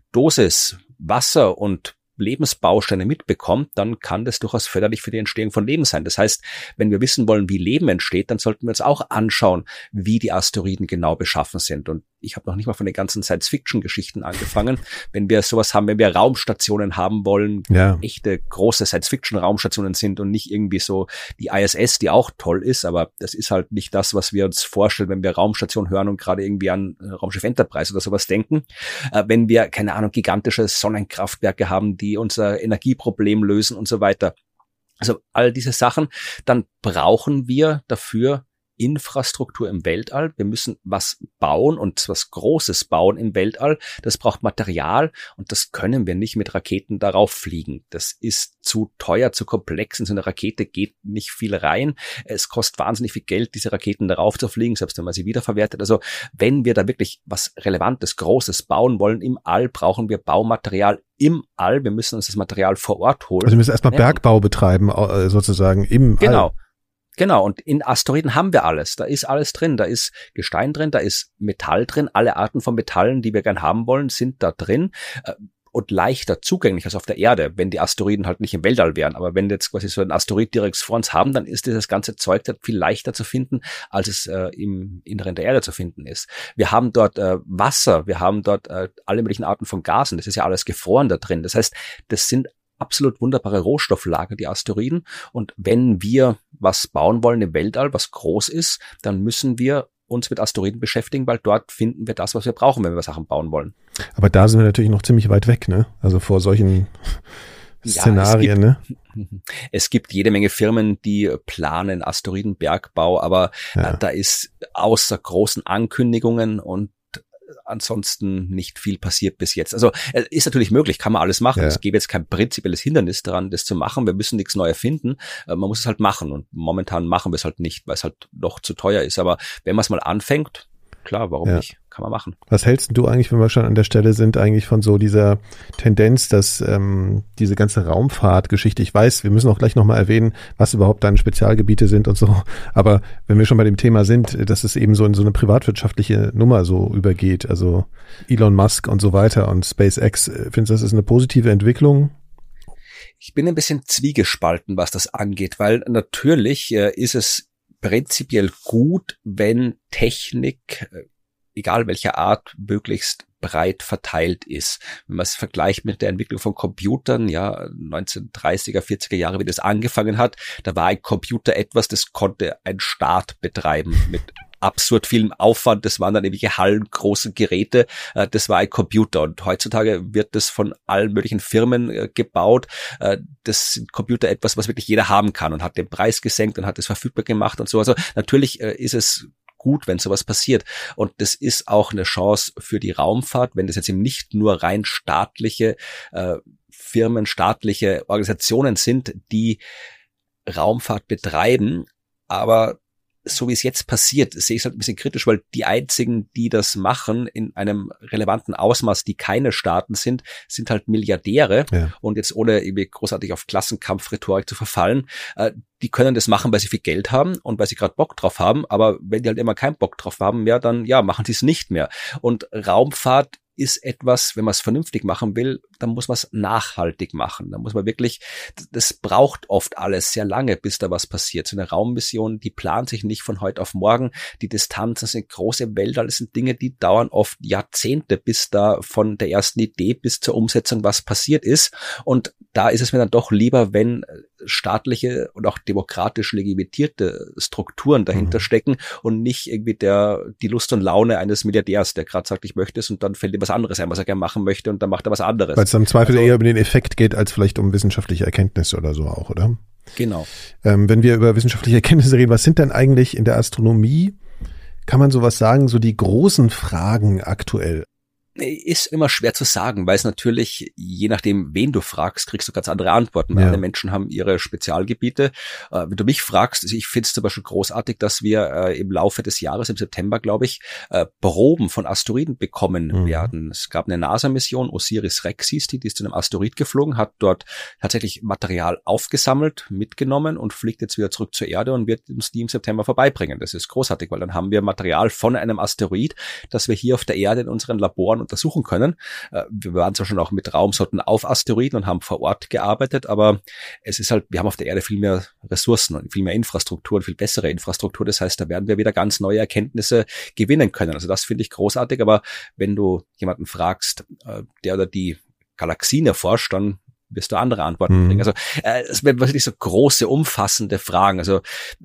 Dosis Wasser und Lebensbausteine mitbekommt, dann kann das durchaus förderlich für die Entstehung von Leben sein. Das heißt, wenn wir wissen wollen, wie Leben entsteht, dann sollten wir uns auch anschauen, wie die Asteroiden genau beschaffen sind. Und ich habe noch nicht mal von den ganzen Science-Fiction-Geschichten angefangen. Wenn wir sowas haben, wenn wir Raumstationen haben wollen, echte große Science-Fiction-Raumstationen sind und nicht irgendwie so die ISS, die auch toll ist, aber das ist halt nicht das, was wir uns vorstellen, wenn wir Raumstation hören und gerade irgendwie an Raumschiff Enterprise oder sowas denken. Wenn wir, keine Ahnung, gigantische Sonnenkraftwerke haben, die unser Energieproblem lösen und so weiter. Also all diese Sachen, dann brauchen wir dafür Infrastruktur im Weltall. Wir müssen was bauen und was Großes bauen im Weltall. Das braucht Material und das können wir nicht mit Raketen darauf fliegen. Das ist zu teuer, zu komplex. In so eine Rakete geht nicht viel rein. Es kostet wahnsinnig viel Geld, diese Raketen darauf zu fliegen, selbst wenn man sie wiederverwertet. Also wenn wir da wirklich was Relevantes, Großes bauen wollen im All, brauchen wir Baumaterial im All. Wir müssen uns das Material vor Ort holen. Also wir müssen erstmal Bergbau betreiben, sozusagen im All. Genau, und in Asteroiden haben wir alles. Da ist alles drin. Da ist Gestein drin, da ist Metall drin. Alle Arten von Metallen, die wir gern haben wollen, sind da drin. und leichter zugänglich als auf der Erde, wenn die Asteroiden halt nicht im Weltall wären. Aber wenn wir jetzt quasi so ein Asteroid direkt vor uns haben, dann ist dieses ganze Zeug dort viel leichter zu finden, als es im Inneren der Erde zu finden ist. Wir haben dort Wasser, wir haben dort alle möglichen Arten von Gasen. Das ist ja alles gefroren da drin. Das heißt, das sind absolut wunderbare Rohstofflager, die Asteroiden. Und wenn wir was bauen wollen im Weltall, was groß ist, dann müssen wir uns mit Asteroiden beschäftigen, weil dort finden wir das, was wir brauchen, wenn wir Sachen bauen wollen. Aber da sind wir natürlich noch ziemlich weit weg, ne? Also vor solchen Szenarien, ne? Es gibt jede Menge Firmen, die planen Asteroidenbergbau, aber da ist außer großen Ankündigungen und ansonsten nicht viel passiert bis jetzt. Also ist natürlich möglich, kann man alles machen. Es gäbe jetzt kein prinzipielles Hindernis daran, das zu machen. Wir müssen nichts neu erfinden. Man muss es halt machen und momentan machen wir es halt nicht, weil es halt noch zu teuer ist. Aber wenn man es mal anfängt, klar, warum nicht? Kann man machen. Was hältst du eigentlich, wenn wir schon an der Stelle sind, eigentlich von so dieser Tendenz, dass diese ganze Raumfahrtgeschichte, ich weiß, wir müssen auch gleich nochmal erwähnen, was überhaupt deine Spezialgebiete sind und so, aber wenn wir schon bei dem Thema sind, dass es eben so in so eine privatwirtschaftliche Nummer so übergeht, also Elon Musk und so weiter und SpaceX, findest du, das ist eine positive Entwicklung? Ich bin ein bisschen zwiegespalten, was das angeht, weil natürlich ist es prinzipiell gut, wenn Technik, egal welcher Art, möglichst breit verteilt ist. Wenn man es vergleicht mit der Entwicklung von Computern, 1930er, 40er Jahre, wie das angefangen hat, da war ein Computer etwas, das konnte ein Staat betreiben mit absurd vielem Aufwand. Das waren dann irgendwelche hallengroßen Geräte. Das war ein Computer. Und heutzutage wird das von allen möglichen Firmen gebaut. Das sind Computer etwas, was wirklich jeder haben kann und hat den Preis gesenkt und hat es verfügbar gemacht und so. Also natürlich ist es gut, wenn sowas passiert. Und das ist auch eine Chance für die Raumfahrt, wenn das jetzt eben nicht nur rein staatliche Firmen, staatliche Organisationen sind, die Raumfahrt betreiben. Aber so wie es jetzt passiert, sehe ich es halt ein bisschen kritisch, weil die einzigen, die das machen in einem relevanten Ausmaß, die keine Staaten sind, sind halt Milliardäre. Ja. Und jetzt ohne irgendwie großartig auf Klassenkampf-Rhetorik zu verfallen, die können das machen, weil sie viel Geld haben und weil sie gerade Bock drauf haben. Aber wenn die halt immer keinen Bock drauf haben mehr, dann machen sie es nicht mehr. Und Raumfahrt ist etwas, wenn man es vernünftig machen will, dann muss man es nachhaltig machen. Da muss man wirklich, das braucht oft alles sehr lange, bis da was passiert. So eine Raummission, die plant sich nicht von heute auf morgen. Die Distanzen sind große Weltall, das sind Dinge, die dauern oft Jahrzehnte, bis da von der ersten Idee bis zur Umsetzung was passiert ist. Und da ist es mir dann doch lieber, wenn staatliche und auch demokratisch legitimierte Strukturen dahinter stecken und nicht irgendwie die Lust und Laune eines Milliardärs, der gerade sagt, ich möchte es und dann fällt ihm was anderes ein, was er gerne machen möchte und dann macht er was anderes. Weil es dann im Zweifel eher über den Effekt geht, als vielleicht um wissenschaftliche Erkenntnisse oder so auch, oder? Genau. Wenn wir über wissenschaftliche Erkenntnisse reden, was sind denn eigentlich in der Astronomie, kann man sowas sagen, so die großen Fragen aktuell? Ist immer schwer zu sagen, weil es natürlich, je nachdem, wen du fragst, kriegst du ganz andere Antworten. Alle Menschen haben ihre Spezialgebiete. Wenn du mich fragst, also ich finde es zum Beispiel großartig, dass wir im Laufe des Jahres, im September, glaube ich, Proben von Asteroiden bekommen werden. Es gab eine NASA-Mission, Osiris-Rex hieß die ist zu einem Asteroid geflogen, hat dort tatsächlich Material aufgesammelt, mitgenommen und fliegt jetzt wieder zurück zur Erde und wird uns die im September vorbeibringen. Das ist großartig, weil dann haben wir Material von einem Asteroid, das wir hier auf der Erde in unseren Laboren untersuchen können. Wir waren zwar schon auch mit Raumsonden auf Asteroiden und haben vor Ort gearbeitet, aber es ist halt, wir haben auf der Erde viel mehr Ressourcen und viel mehr Infrastruktur und viel bessere Infrastruktur. Das heißt, da werden wir wieder ganz neue Erkenntnisse gewinnen können. Also das finde ich großartig, aber wenn du jemanden fragst, der oder die Galaxien erforscht, dann wirst du andere Antworten bringen. Also es werden wirklich so große, umfassende Fragen. Also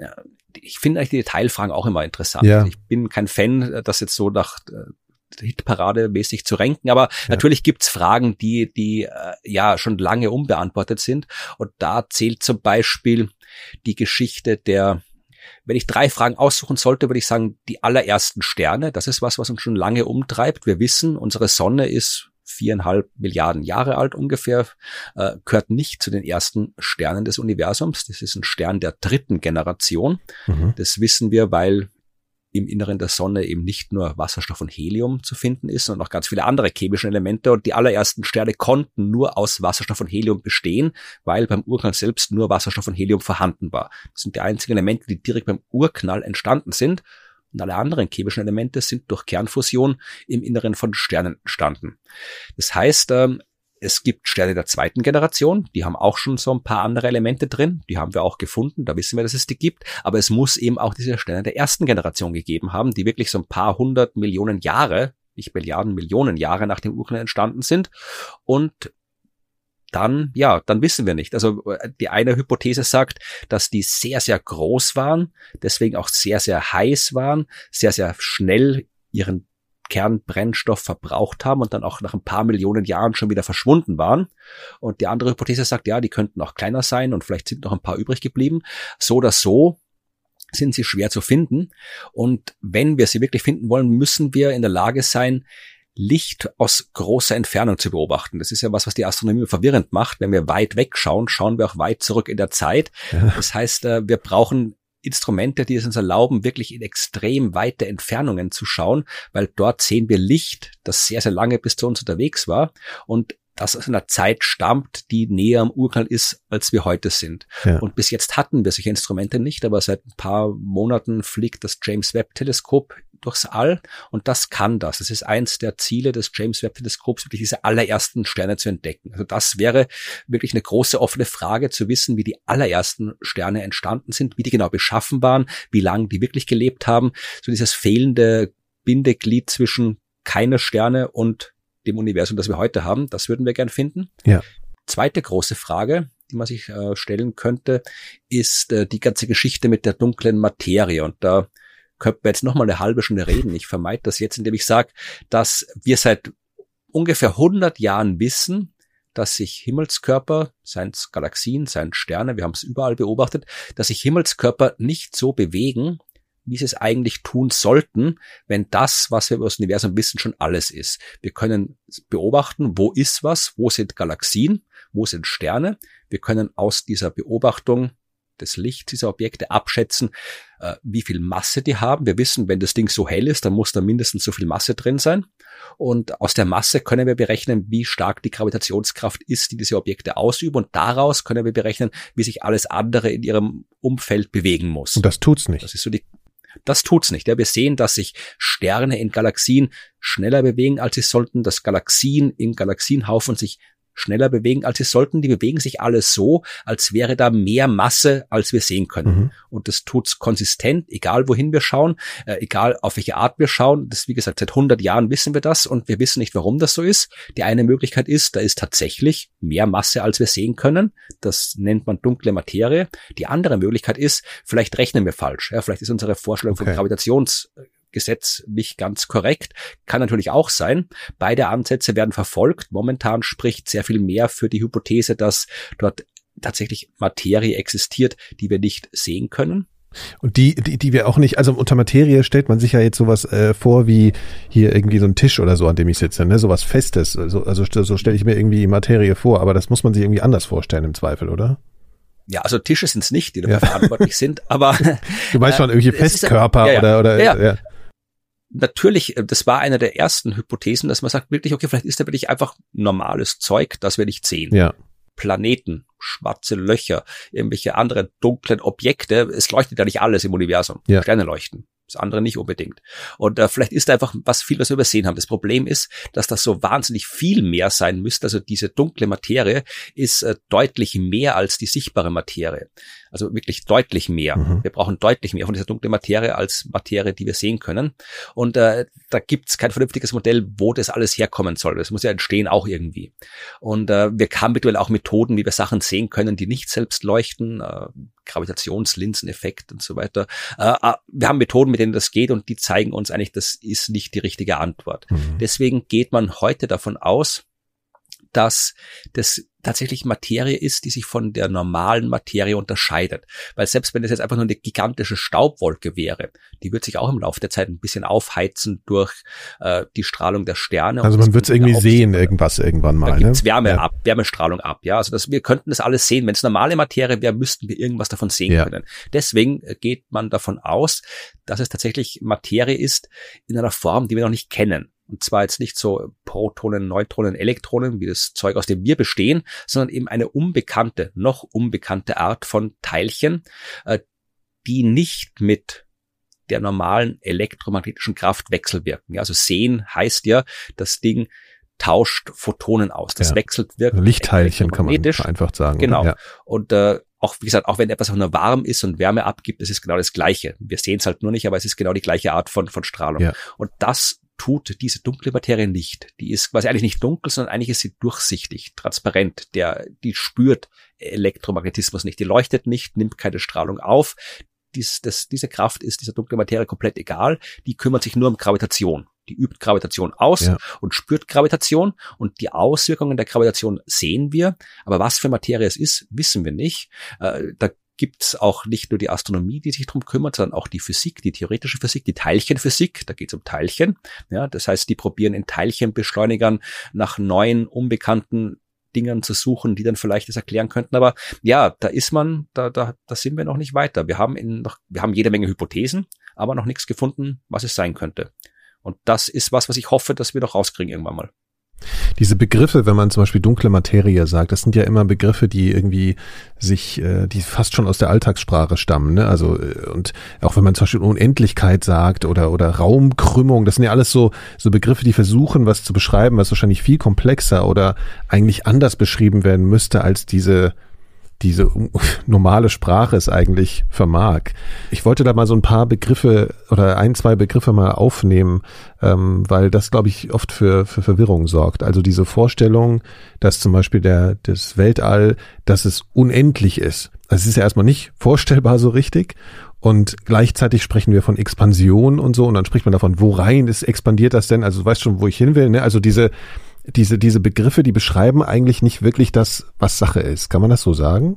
ich finde eigentlich die Detailfragen auch immer interessant. Ja. Ich bin kein Fan, das jetzt so nach Hitparade mäßig zu ranken, aber natürlich gibt's Fragen, die schon lange unbeantwortet sind und da zählt zum Beispiel die Geschichte wenn ich 3 Fragen aussuchen sollte, würde ich sagen, die allerersten Sterne, das ist was uns schon lange umtreibt. Wir wissen, unsere Sonne ist 4,5 Milliarden Jahre alt ungefähr, gehört nicht zu den ersten Sternen des Universums. Das ist ein Stern der 3. Generation. Das wissen wir, weil im Inneren der Sonne eben nicht nur Wasserstoff und Helium zu finden ist, sondern auch ganz viele andere chemische Elemente. Und die allerersten Sterne konnten nur aus Wasserstoff und Helium bestehen, weil beim Urknall selbst nur Wasserstoff und Helium vorhanden war. Das sind die einzigen Elemente, die direkt beim Urknall entstanden sind. Und alle anderen chemischen Elemente sind durch Kernfusion im Inneren von Sternen entstanden. Das heißt, Es gibt Sterne der zweiten Generation, die haben auch schon so ein paar andere Elemente drin, die haben wir auch gefunden, da wissen wir, dass es die gibt, aber es muss eben auch diese Sterne der ersten Generation gegeben haben, die wirklich so ein paar 100 Millionen Jahre, nicht Milliarden, Millionen Jahre nach dem Urknall entstanden sind und dann wissen wir nicht. Also die eine Hypothese sagt, dass die sehr, sehr groß waren, deswegen auch sehr, sehr heiß waren, sehr, sehr schnell ihren Kernbrennstoff verbraucht haben und dann auch nach ein paar Millionen Jahren schon wieder verschwunden waren. Und die andere Hypothese sagt, ja, die könnten auch kleiner sein und vielleicht sind noch ein paar übrig geblieben. So oder so sind sie schwer zu finden. Und wenn wir sie wirklich finden wollen, müssen wir in der Lage sein, Licht aus großer Entfernung zu beobachten. Das ist ja was die Astronomie verwirrend macht. Wenn wir weit wegschauen, schauen wir auch weit zurück in der Zeit. Ja. Das heißt, wir brauchen Instrumente, die es uns erlauben, wirklich in extrem weite Entfernungen zu schauen, weil dort sehen wir Licht, das sehr, sehr lange bis zu uns unterwegs war und das aus einer Zeit stammt, die näher am Urknall ist, als wir heute sind. Ja. Und bis jetzt hatten wir solche Instrumente nicht, aber seit ein paar Monaten fliegt das James-Webb-Teleskop durchs All und das kann das. Das ist eins der Ziele des James-Webb-Teleskops, wirklich diese allerersten Sterne zu entdecken. Also das wäre wirklich eine große offene Frage, zu wissen, wie die allerersten Sterne entstanden sind, wie die genau beschaffen waren, wie lange die wirklich gelebt haben. So dieses fehlende Bindeglied zwischen keine Sterne und dem Universum, das wir heute haben, das würden wir gern finden. Ja. Zweite große Frage, die man sich stellen könnte, ist die ganze Geschichte mit der dunklen Materie. Und da könnten wir jetzt noch mal eine halbe Stunde reden. Ich vermeide das jetzt, indem ich sage, dass wir seit ungefähr 100 Jahren wissen, dass sich Himmelskörper, seien es Galaxien, seien es Sterne, wir haben es überall beobachtet, dass sich Himmelskörper nicht so bewegen, wie sie es eigentlich tun sollten, wenn das, was wir über das Universum wissen, schon alles ist. Wir können beobachten, wo ist was, wo sind Galaxien, wo sind Sterne. Wir können aus dieser Beobachtung des Lichts dieser Objekte abschätzen, wie viel Masse die haben. Wir wissen, wenn das Ding so hell ist, dann muss da mindestens so viel Masse drin sein. Und aus der Masse können wir berechnen, wie stark die Gravitationskraft ist, die diese Objekte ausüben. Und daraus können wir berechnen, wie sich alles andere in ihrem Umfeld bewegen muss. Und das tut's nicht. Das tut's nicht. Ja, wir sehen, dass sich Sterne in Galaxien schneller bewegen, als sie sollten, dass Galaxien im Galaxienhaufen sich schneller bewegen, als sie sollten. Die bewegen sich alles so, als wäre da mehr Masse, als wir sehen können. Mhm. Und das tut's konsistent, egal wohin wir schauen, egal auf welche Art wir schauen. Das, wie gesagt, seit 100 Jahren wissen wir das und wir wissen nicht, warum das so ist. Die eine Möglichkeit ist, da ist tatsächlich mehr Masse, als wir sehen können. Das nennt man dunkle Materie. Die andere Möglichkeit ist, vielleicht rechnen wir falsch. Ja, vielleicht ist unsere Vorstellung vom Gravitationsgesetz nicht ganz korrekt. Kann natürlich auch sein. Beide Ansätze werden verfolgt. Momentan spricht sehr viel mehr für die Hypothese, dass dort tatsächlich Materie existiert, die wir nicht sehen können. Und die wir auch nicht, also unter Materie stellt man sich ja jetzt sowas vor wie hier irgendwie so ein Tisch oder so, an dem ich sitze, ne, sowas Festes. Also so stelle ich mir irgendwie Materie vor, aber das muss man sich irgendwie anders vorstellen im Zweifel, oder? Ja, also Tische sind es nicht, die dafür verantwortlich sind, aber du meinst schon irgendwelche Festkörper oder ja. Natürlich, das war eine der ersten Hypothesen, dass man sagt wirklich, okay, vielleicht ist da wirklich einfach normales Zeug, das wir nicht sehen. Ja. Planeten, schwarze Löcher, irgendwelche anderen dunklen Objekte. Es leuchtet ja nicht alles im Universum. Ja. Sterne leuchten. Das andere nicht unbedingt. Und vielleicht ist da einfach was wir übersehen haben. Das Problem ist, dass das so wahnsinnig viel mehr sein müsste. Also diese dunkle Materie ist deutlich mehr als die sichtbare Materie. Also wirklich deutlich mehr. Mhm. Wir brauchen deutlich mehr von dieser dunklen Materie als Materie, die wir sehen können. Und da gibt's kein vernünftiges Modell, wo das alles herkommen soll. Das muss ja entstehen auch irgendwie. Und wir haben aktuell auch Methoden, wie wir Sachen sehen können, die nicht selbst leuchten, Gravitationslinseneffekt und so weiter. Wir haben Methoden, mit denen das geht und die zeigen uns eigentlich, das ist nicht die richtige Antwort. Mhm. Deswegen geht man heute davon aus, dass das tatsächlich Materie ist, die sich von der normalen Materie unterscheidet. Weil selbst wenn es jetzt einfach nur eine gigantische Staubwolke wäre, die wird sich auch im Laufe der Zeit ein bisschen aufheizen durch die Strahlung der Sterne. Also man wird es irgendwie sehen, irgendwann mal. Da gibt's Wärmestrahlung ab. Ja, also wir könnten das alles sehen. Wenn es normale Materie wäre, müssten wir irgendwas davon sehen können. Deswegen geht man davon aus, dass es tatsächlich Materie ist in einer Form, die wir noch nicht kennen. Und zwar jetzt nicht so Protonen, Neutronen, Elektronen, wie das Zeug, aus dem wir bestehen, sondern eben eine noch unbekannte Art von Teilchen, die nicht mit der normalen elektromagnetischen Kraft wechselwirken. Ja, also sehen heißt ja, das Ding tauscht Photonen aus. Das wechselt wirklich. Lichtteilchen kann man vereinfacht sagen. Genau. Ja. Und auch, wie gesagt, auch wenn etwas auch nur warm ist und Wärme abgibt, es ist genau das Gleiche. Wir sehen es halt nur nicht, aber es ist genau die gleiche Art von Strahlung. Ja. Und das tut diese dunkle Materie nicht. Die ist quasi eigentlich nicht dunkel, sondern eigentlich ist sie durchsichtig, transparent. Die spürt Elektromagnetismus nicht. Die leuchtet nicht, nimmt keine Strahlung auf. Diese Kraft ist dieser dunklen Materie komplett egal. Die kümmert sich nur um Gravitation. Die übt Gravitation aus und spürt Gravitation. Und die Auswirkungen der Gravitation sehen wir. Aber was für Materie es ist, wissen wir nicht. Da gibt's auch nicht nur die Astronomie, die sich drum kümmert, sondern auch die Physik, die theoretische Physik, die Teilchenphysik. Da geht's um Teilchen. Ja, das heißt, die probieren in Teilchenbeschleunigern nach neuen, unbekannten Dingern zu suchen, die dann vielleicht das erklären könnten. Aber ja, da sind wir noch nicht weiter. Wir haben jede Menge Hypothesen, aber noch nichts gefunden, was es sein könnte. Und das ist was ich hoffe, dass wir noch rauskriegen irgendwann mal. Diese Begriffe, wenn man zum Beispiel dunkle Materie sagt, das sind ja immer Begriffe, die irgendwie die fast schon aus der Alltagssprache stammen, ne? Also, und auch wenn man zum Beispiel Unendlichkeit sagt oder Raumkrümmung, das sind ja alles so Begriffe, die versuchen, was zu beschreiben, was wahrscheinlich viel komplexer oder eigentlich anders beschrieben werden müsste, als diese normale Sprache es eigentlich vermag. Ich wollte da mal so ein paar Begriffe oder 1-2 Begriffe mal aufnehmen, weil das, glaube ich, oft für Verwirrung sorgt. Also diese Vorstellung, dass zum Beispiel das Weltall, dass es unendlich ist. Das ist ja erstmal nicht vorstellbar so richtig. Und gleichzeitig sprechen wir von Expansion und so. Und dann spricht man davon, worein expandiert das denn? Also du weißt schon, wo ich hin will, ne? Also diese Begriffe, die beschreiben eigentlich nicht wirklich das, was Sache ist. Kann man das so sagen?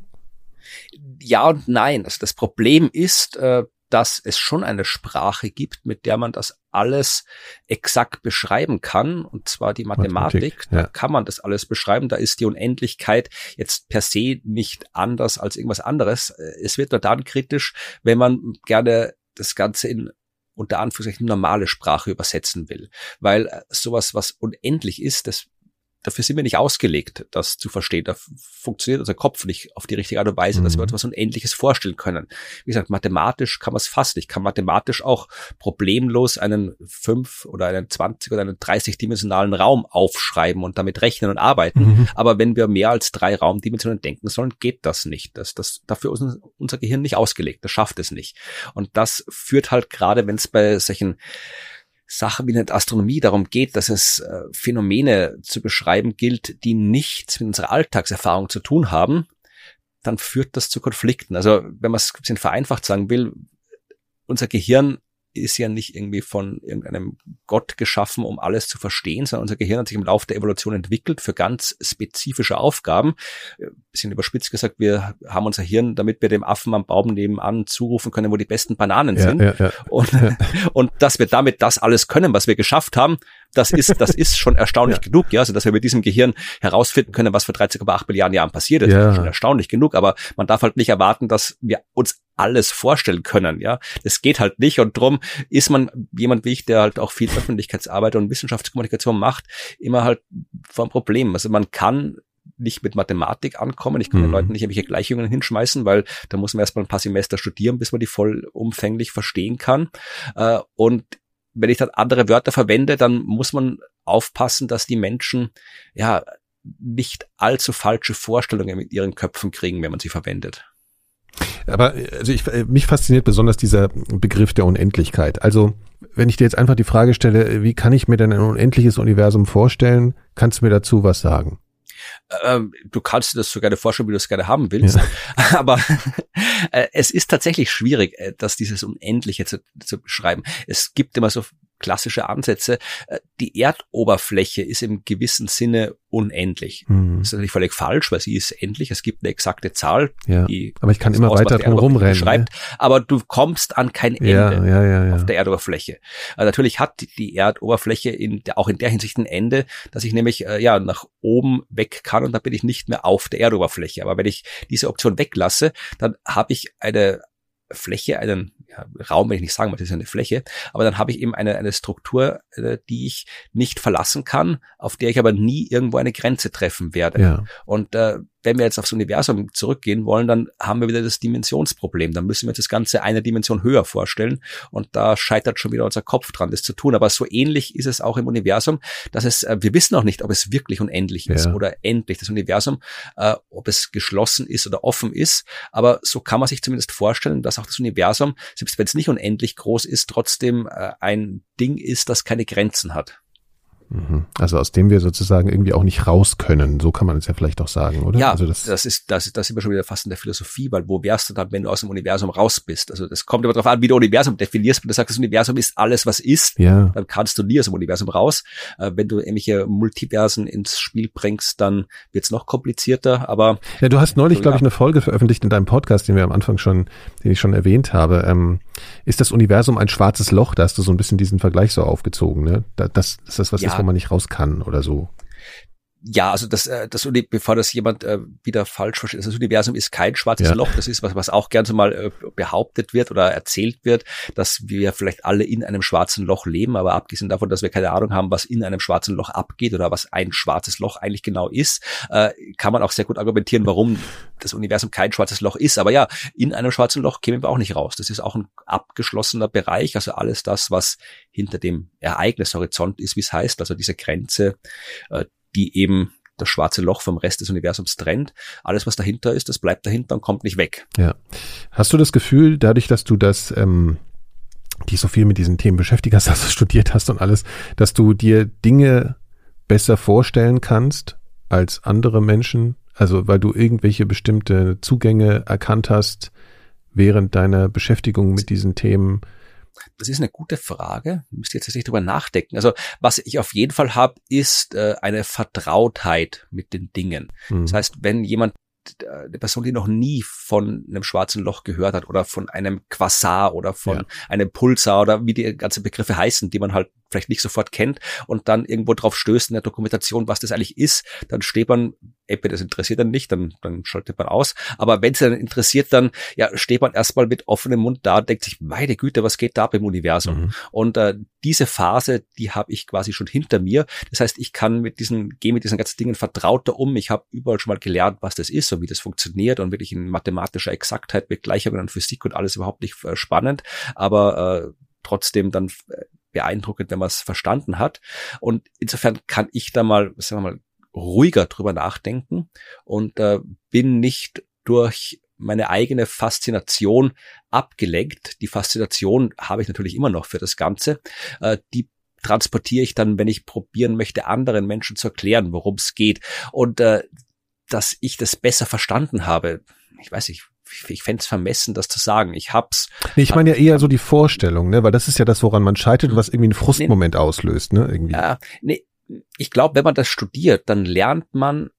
Ja und nein. Also das Problem ist, dass es schon eine Sprache gibt, mit der man das alles exakt beschreiben kann, und zwar die Mathematik. Da kann man das alles beschreiben. Da ist die Unendlichkeit jetzt per se nicht anders als irgendwas anderes. Es wird nur dann kritisch, wenn man gerne das Ganze in unter Anführungszeichen normale Sprache übersetzen will. Weil sowas, was unendlich ist, dafür sind wir nicht ausgelegt, das zu verstehen. Da funktioniert unser Kopf nicht auf die richtige Art und Weise, dass wir uns was Unendliches vorstellen können. Wie gesagt, mathematisch kann man es fast nicht. Ich kann mathematisch auch problemlos einen 5 oder einen 20 oder einen 30-dimensionalen Raum aufschreiben und damit rechnen und arbeiten. Aber wenn wir mehr als 3 Raumdimensionen denken sollen, geht das nicht. Dafür ist unser Gehirn nicht ausgelegt. Das schafft es nicht. Und das führt halt gerade, wenn es bei solchen Sachen wie in der Astronomie darum geht, dass es Phänomene zu beschreiben gilt, die nichts mit unserer Alltagserfahrung zu tun haben, dann führt das zu Konflikten. Also wenn man es ein bisschen vereinfacht sagen will, unser Gehirn ist ja nicht irgendwie von irgendeinem Gott geschaffen, um alles zu verstehen, sondern unser Gehirn hat sich im Laufe der Evolution entwickelt für ganz spezifische Aufgaben. Bisschen überspitzt gesagt, wir haben unser Hirn, damit wir dem Affen am Baum nebenan zurufen können, wo die besten Bananen sind. Ja. Und dass wir damit das alles können, was wir geschafft haben, das ist schon erstaunlich genug, ja. Also, dass wir mit diesem Gehirn herausfinden können, was vor 13,8 Milliarden Jahren passiert ist, ist schon erstaunlich genug. Aber man darf halt nicht erwarten, dass wir uns alles vorstellen können, ja. Das geht halt nicht, und drum ist man jemand wie ich, der halt auch viel Öffentlichkeitsarbeit und Wissenschaftskommunikation macht, immer halt vor einem Problem. Also man kann nicht mit Mathematik ankommen. Ich kann den Leuten nicht irgendwelche Gleichungen hinschmeißen, weil da muss man erstmal ein paar Semester studieren, bis man die vollumfänglich verstehen kann. Und wenn ich dann andere Wörter verwende, dann muss man aufpassen, dass die Menschen ja nicht allzu falsche Vorstellungen mit ihren Köpfen kriegen, wenn man sie verwendet. Aber also mich fasziniert besonders dieser Begriff der Unendlichkeit. Also wenn ich dir jetzt einfach die Frage stelle, wie kann ich mir denn ein unendliches Universum vorstellen, kannst du mir dazu was sagen? Du kannst dir das so gerne vorstellen, wie du es gerne haben willst. Ja. Aber es ist tatsächlich schwierig, dieses Unendliche zu beschreiben. Es gibt immer so klassische Ansätze. Die Erdoberfläche ist im gewissen Sinne unendlich. Das ist natürlich völlig falsch, weil sie ist endlich. Es gibt eine exakte Zahl, die aber ich kann immer weiter drum rumrennen. Ne? Aber du kommst an kein Ende auf der Erdoberfläche. Also natürlich hat die Erdoberfläche auch in der Hinsicht ein Ende, dass ich nämlich nach oben weg kann, und dann bin ich nicht mehr auf der Erdoberfläche. Aber wenn ich diese Option weglasse, dann habe ich eine Fläche, einen Raum, wenn ich nicht sagen will, das ist eine Fläche, aber dann habe ich eben eine Struktur, die ich nicht verlassen kann, auf der ich aber nie irgendwo eine Grenze treffen werde. Ja. Und wenn wenn wir jetzt aufs Universum zurückgehen wollen, dann haben wir wieder das Dimensionsproblem. Dann müssen wir uns das Ganze eine Dimension höher vorstellen und da scheitert schon wieder unser Kopf dran, das zu tun. Aber so ähnlich ist es auch im Universum, dass wir wissen auch nicht, ob es wirklich unendlich ist oder endlich, das Universum, ob es geschlossen ist oder offen ist. Aber so kann man sich zumindest vorstellen, dass auch das Universum, selbst wenn es nicht unendlich groß ist, trotzdem ein Ding ist, das keine Grenzen hat. Also aus dem wir sozusagen irgendwie auch nicht raus können, so kann man es ja vielleicht auch sagen, oder? Ja, also das sind wir schon wieder fast in der Philosophie, weil wo wärst du dann, wenn du aus dem Universum raus bist? Also das kommt immer darauf an, wie du Universum definierst. Wenn du sagst, das Universum ist alles, was ist, dann kannst du nie aus dem Universum raus. Wenn du irgendwelche Multiversen ins Spiel bringst, dann wird's noch komplizierter, aber... Ja, du hast neulich, glaube ich, eine Folge veröffentlicht in deinem Podcast, den ich schon erwähnt habe. Ist das Universum ein schwarzes Loch? Da hast du so ein bisschen diesen Vergleich so aufgezogen, ne? Das ist das, was ist, wo man nicht raus kann oder so. Ja, also bevor das jemand wieder falsch versteht, das Universum ist kein schwarzes Loch, das ist was auch gern so mal behauptet wird oder erzählt wird, dass wir vielleicht alle in einem schwarzen Loch leben, aber abgesehen davon, dass wir keine Ahnung haben, was in einem schwarzen Loch abgeht oder was ein schwarzes Loch eigentlich genau ist, kann man auch sehr gut argumentieren, warum das Universum kein schwarzes Loch ist. Aber ja, in einem schwarzen Loch kämen wir auch nicht raus. Das ist auch ein abgeschlossener Bereich, also alles das, was hinter dem Ereignishorizont ist, wie es heißt, also diese Grenze, die eben das schwarze Loch vom Rest des Universums trennt. Alles, was dahinter ist, das bleibt dahinter und kommt nicht weg. Ja. Hast du das Gefühl, dadurch, dass du dich so viel mit diesen Themen beschäftigt hast, dass du studiert hast und alles, dass du dir Dinge besser vorstellen kannst als andere Menschen? Also, weil du irgendwelche bestimmte Zugänge erkannt hast während deiner Beschäftigung mit diesen Themen? Das ist eine gute Frage. Ich müsste jetzt nicht drüber nachdenken. Also was ich auf jeden Fall habe, ist eine Vertrautheit mit den Dingen. Das heißt, wenn jemand, eine Person, die noch nie von einem schwarzen Loch gehört hat oder von einem Quasar oder von einem Pulsar oder wie die ganzen Begriffe heißen, die man halt vielleicht nicht sofort kennt und dann irgendwo drauf stößt in der Dokumentation, was das eigentlich ist, dann steht man, entweder das interessiert dann nicht, dann schaltet man aus, aber wenn es dann interessiert, dann steht man erstmal mit offenem Mund da und denkt sich, meine Güte, was geht da beim Universum? Und diese Phase, die habe ich quasi schon hinter mir. Das heißt, ich kann gehe mit diesen ganzen Dingen vertrauter um. Ich habe überall schon mal gelernt, was das ist und wie das funktioniert und wirklich in mathematischer Exaktheit mit Gleichungen und Physik und alles überhaupt nicht spannend, aber trotzdem dann beeindruckend, wenn man es verstanden hat. Und insofern kann ich da mal, sagen wir mal, ruhiger drüber nachdenken und bin nicht durch meine eigene Faszination abgelenkt. Die Faszination habe ich natürlich immer noch für das Ganze. Die transportiere ich dann, wenn ich probieren möchte, anderen Menschen zu erklären, worum es geht. Und dass ich das besser verstanden habe, ich weiß nicht, ich fände es vermessen, das zu sagen. Ich hab's. Nee, ich meine ja eher so die Vorstellung, ne, weil das ist ja das, woran man scheitert und was irgendwie einen Frustmoment auslöst, ne, irgendwie. Ja, nee, ich glaube, wenn man das studiert, dann lernt man,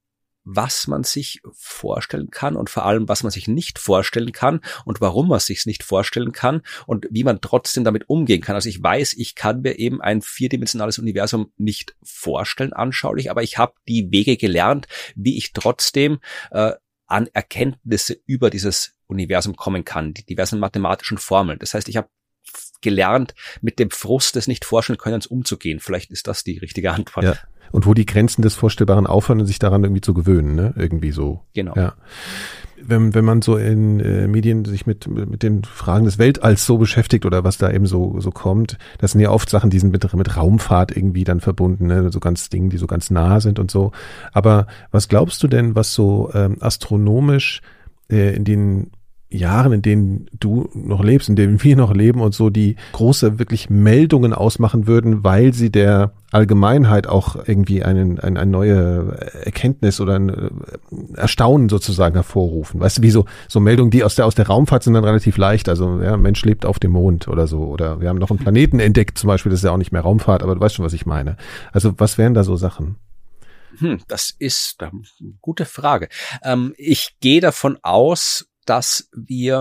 was man sich vorstellen kann und vor allem, was man sich nicht vorstellen kann und warum man sich nicht vorstellen kann und wie man trotzdem damit umgehen kann. Also ich weiß, ich kann mir eben ein vierdimensionales Universum nicht vorstellen, anschaulich, aber ich habe die Wege gelernt, wie ich trotzdem an Erkenntnisse über dieses Universum kommen kann, die diversen mathematischen Formeln. Das heißt, ich habe gelernt, mit dem Frust des Nicht-Vorstellen-Könnens umzugehen. Vielleicht ist das die richtige Antwort. Ja. Und wo die Grenzen des Vorstellbaren aufhören und sich daran irgendwie zu gewöhnen, ne? Irgendwie so. Genau. Ja. Wenn man so in Medien sich mit den Fragen des Weltalls so beschäftigt oder was da eben so kommt, das sind ja oft Sachen, die sind mit Raumfahrt irgendwie dann verbunden, ne? So ganz Dinge, die so ganz nah sind und so. Aber was glaubst du denn, was so astronomisch in den Jahren, in denen du noch lebst, in denen wir noch leben und so, die große wirklich Meldungen ausmachen würden, weil sie der Allgemeinheit auch irgendwie eine neue Erkenntnis oder ein Erstaunen sozusagen hervorrufen. Weißt du, wie so Meldungen, die aus der Raumfahrt sind dann relativ leicht. Also, ja, Mensch lebt auf dem Mond oder so. Oder wir haben noch einen Planeten entdeckt zum Beispiel, das ist ja auch nicht mehr Raumfahrt, aber du weißt schon, was ich meine. Also, was wären da so Sachen? Das ist eine gute Frage. Ich gehe davon aus, dass wir,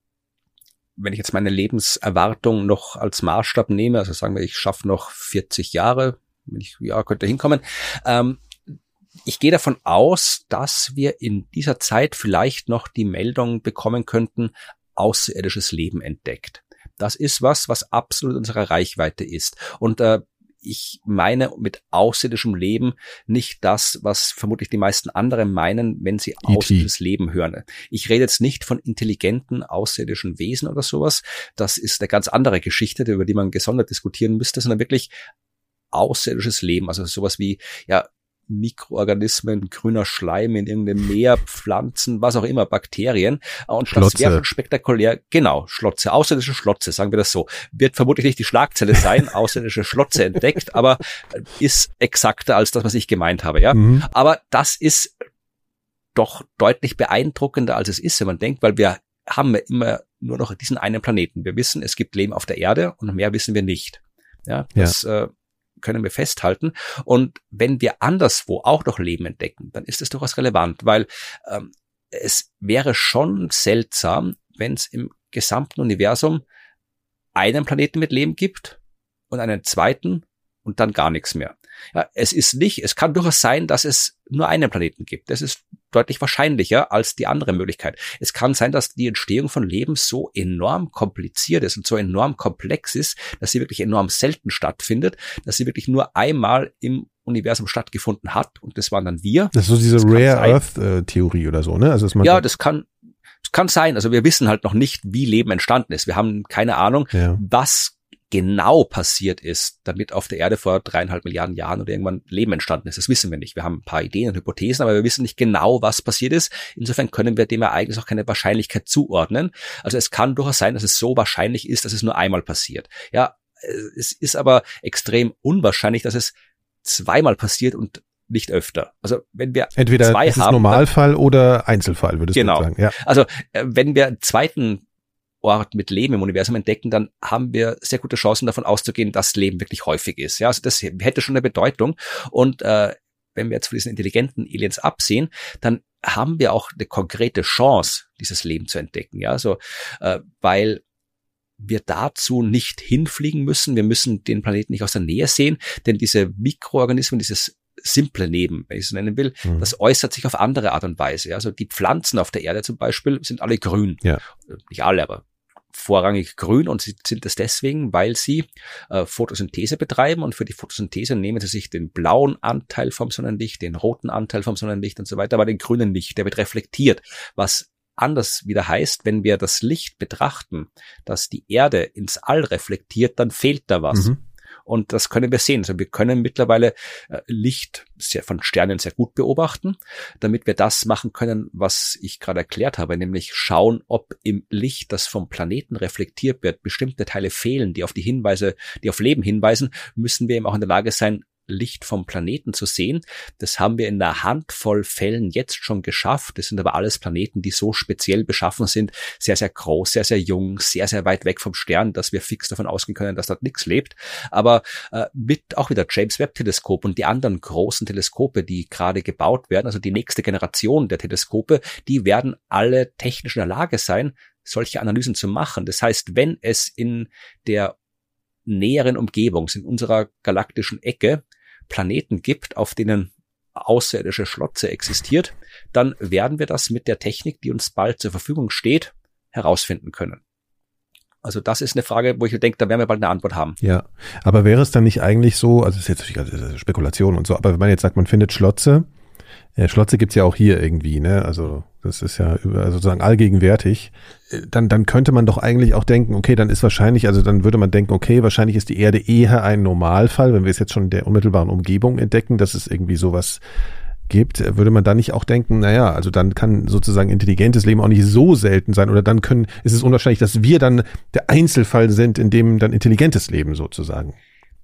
wenn ich jetzt meine Lebenserwartung noch als Maßstab nehme, also sagen wir, ich schaffe noch 40 Jahre, könnte hinkommen, ich gehe davon aus, dass wir in dieser Zeit vielleicht noch die Meldung bekommen könnten, außerirdisches Leben entdeckt. Das ist was absolut in unserer Reichweite ist. Und ich meine mit außerirdischem Leben nicht das, was vermutlich die meisten anderen meinen, wenn sie außerirdisches Leben hören. Ich rede jetzt nicht von intelligenten außerirdischen Wesen oder sowas. Das ist eine ganz andere Geschichte, über die man gesondert diskutieren müsste, sondern wirklich außerirdisches Leben, also sowas wie Mikroorganismen, grüner Schleim in irgendeinem Meer, Pflanzen, was auch immer, Bakterien. Und Schlotze. Das wäre schon spektakulär. Genau, Schlotze, außerirdische Schlotze, sagen wir das so. Wird vermutlich nicht die Schlagzeile sein, außerirdische Schlotze entdeckt, aber ist exakter als das, was ich gemeint habe, ja. Mhm. Aber das ist doch deutlich beeindruckender, als es ist, wenn man denkt, weil wir haben immer nur noch diesen einen Planeten. Wir wissen, es gibt Leben auf der Erde und mehr wissen wir nicht. Ja, das können wir festhalten. Und wenn wir anderswo auch noch Leben entdecken, dann ist das durchaus relevant, weil es wäre schon seltsam, wenn es im gesamten Universum einen Planeten mit Leben gibt und einen zweiten und dann gar nichts mehr. Ja, es kann durchaus sein, dass es nur einen Planeten gibt. Das ist deutlich wahrscheinlicher als die andere Möglichkeit. Es kann sein, dass die Entstehung von Leben so enorm kompliziert ist und so enorm komplex ist, dass sie wirklich enorm selten stattfindet, dass sie wirklich nur einmal im Universum stattgefunden hat und das waren dann wir. Das ist so diese Rare Earth Theorie oder so, ne? Also das kann sein. Also wir wissen halt noch nicht, wie Leben entstanden ist. Wir haben keine Ahnung, was genau passiert ist, damit auf der Erde vor 3,5 Milliarden Jahren oder irgendwann Leben entstanden ist. Das wissen wir nicht. Wir haben ein paar Ideen und Hypothesen, aber wir wissen nicht genau, was passiert ist. Insofern können wir dem Ereignis auch keine Wahrscheinlichkeit zuordnen. Also es kann durchaus sein, dass es so wahrscheinlich ist, dass es nur einmal passiert. Ja, es ist aber extrem unwahrscheinlich, dass es zweimal passiert und nicht öfter. Also wenn wir entweder zwei ist es haben, Normalfall oder Einzelfall, würdest du sagen. Ja. Also wenn wir einen zweiten Ort mit Leben im Universum entdecken, dann haben wir sehr gute Chancen davon auszugehen, dass Leben wirklich häufig ist. Ja, also das hätte schon eine Bedeutung. Und wenn wir jetzt von diesen intelligenten Aliens absehen, dann haben wir auch eine konkrete Chance, dieses Leben zu entdecken. Ja, also weil wir dazu nicht hinfliegen müssen. Wir müssen den Planeten nicht aus der Nähe sehen, denn diese Mikroorganismen, dieses simple Leben, wenn ich es so nennen will, das äußert sich auf andere Art und Weise. Also die Pflanzen auf der Erde zum Beispiel sind alle grün. Ja. Nicht alle, aber vorrangig grün und sie sind es deswegen, weil sie Photosynthese betreiben und für die Photosynthese nehmen sie sich den blauen Anteil vom Sonnenlicht, den roten Anteil vom Sonnenlicht und so weiter, aber den grünen nicht, der wird reflektiert, was anders wieder heißt, wenn wir das Licht betrachten, das die Erde ins All reflektiert, dann fehlt da was. Und das können wir sehen. Also wir können mittlerweile Licht von Sternen sehr gut beobachten, damit wir das machen können, was ich gerade erklärt habe, nämlich schauen, ob im Licht, das vom Planeten reflektiert wird, bestimmte Teile fehlen, die auf Leben hinweisen, müssen wir eben auch in der Lage sein, Licht vom Planeten zu sehen. Das haben wir in einer Handvoll Fällen jetzt schon geschafft. Das sind aber alles Planeten, die so speziell beschaffen sind, sehr, sehr groß, sehr, sehr jung, sehr, sehr weit weg vom Stern, dass wir fix davon ausgehen können, dass dort nichts lebt. Aber mit auch wieder James Webb Teleskop und die anderen großen Teleskope, die gerade gebaut werden, also die nächste Generation der Teleskope, die werden alle technisch in der Lage sein, solche Analysen zu machen. Das heißt, wenn es in der näheren Umgebung, in unserer galaktischen Ecke, Planeten gibt, auf denen außerirdische Schlotze existiert, dann werden wir das mit der Technik, die uns bald zur Verfügung steht, herausfinden können. Also das ist eine Frage, wo ich denke, da werden wir bald eine Antwort haben. Ja, aber wäre es dann nicht eigentlich so, also das ist jetzt natürlich Spekulation und so, aber wenn man jetzt sagt, man findet Schlotze, Schlotze gibt's ja auch hier irgendwie, ne? Also das ist ja sozusagen allgegenwärtig. Dann könnte man doch eigentlich auch denken, okay, dann würde man denken, okay, wahrscheinlich ist die Erde eher ein Normalfall, wenn wir es jetzt schon in der unmittelbaren Umgebung entdecken, dass es irgendwie sowas gibt, würde man dann nicht auch denken, naja, also dann kann sozusagen intelligentes Leben auch nicht so selten sein oder dann ist es unwahrscheinlich, dass wir dann der Einzelfall sind, in dem dann intelligentes Leben sozusagen.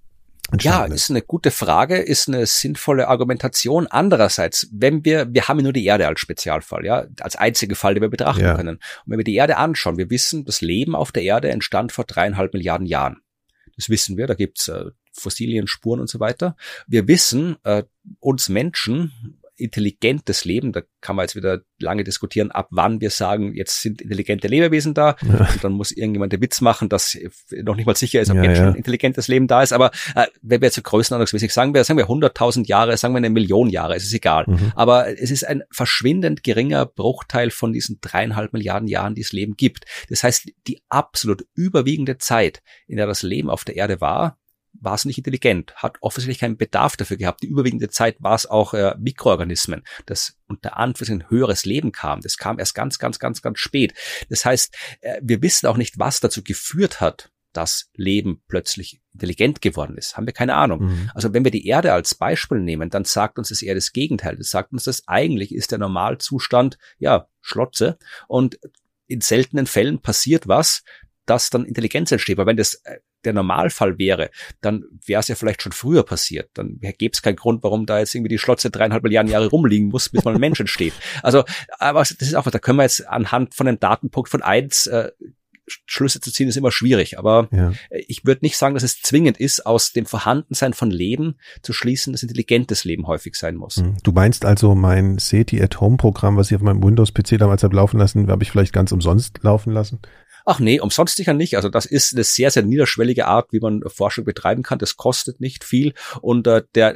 Ja, ist eine gute Frage, ist eine sinnvolle Argumentation. Andererseits, wir haben ja nur die Erde als Spezialfall, ja, als einzige Fall, den wir betrachten können. Und wenn wir die Erde anschauen, wir wissen, das Leben auf der Erde entstand vor 3,5 Milliarden Jahren. Das wissen wir, da gibt's Fossilien, Spuren und so weiter. Wir wissen, uns Menschen, intelligentes Leben, da kann man jetzt wieder lange diskutieren, ab wann wir sagen, jetzt sind intelligente Lebewesen da und dann muss irgendjemand den Witz machen, dass noch nicht mal sicher ist, ob jetzt schon intelligentes Leben da ist, aber wenn wir jetzt so größenordnungsmäßig sagen wir 100.000 Jahre, sagen wir 1 Million Jahre, es ist egal, aber es ist ein verschwindend geringer Bruchteil von diesen 3,5 Milliarden Jahren, die es Leben gibt. Das heißt, die absolut überwiegende Zeit, in der das Leben auf der Erde war war es nicht intelligent, hat offensichtlich keinen Bedarf dafür gehabt. Die überwiegende Zeit war es auch Mikroorganismen, das unter Anführungszeichen ein höheres Leben kam. Das kam erst ganz spät. Das heißt, wir wissen auch nicht, was dazu geführt hat, dass Leben plötzlich intelligent geworden ist. Haben wir keine Ahnung. Mhm. Also wenn wir die Erde als Beispiel nehmen, dann sagt uns das eher das Gegenteil. Das sagt uns, dass eigentlich ist der Normalzustand, ja, Schlotze. Und in seltenen Fällen passiert was, dass dann Intelligenz entsteht. Weil wenn das der Normalfall wäre, dann wäre es ja vielleicht schon früher passiert. Dann gäbe es keinen Grund, warum da jetzt irgendwie die Schlotze 3,5 Milliarden Jahre rumliegen muss, bis mal ein Mensch entsteht. Also, aber das ist auch was, da können wir jetzt anhand von einem Datenpunkt von 1 Schlüsse zu ziehen, ist immer schwierig. Aber ich würde nicht sagen, dass es zwingend ist, aus dem Vorhandensein von Leben zu schließen, dass intelligentes Leben häufig sein muss. Du meinst also, mein SETI-at-Home-Programm, was ich auf meinem Windows-PC damals habe laufen lassen, habe ich vielleicht ganz umsonst laufen lassen? Ach nee, umsonst sicher nicht. Also das ist eine sehr, sehr niederschwellige Art, wie man Forschung betreiben kann. Das kostet nicht viel und die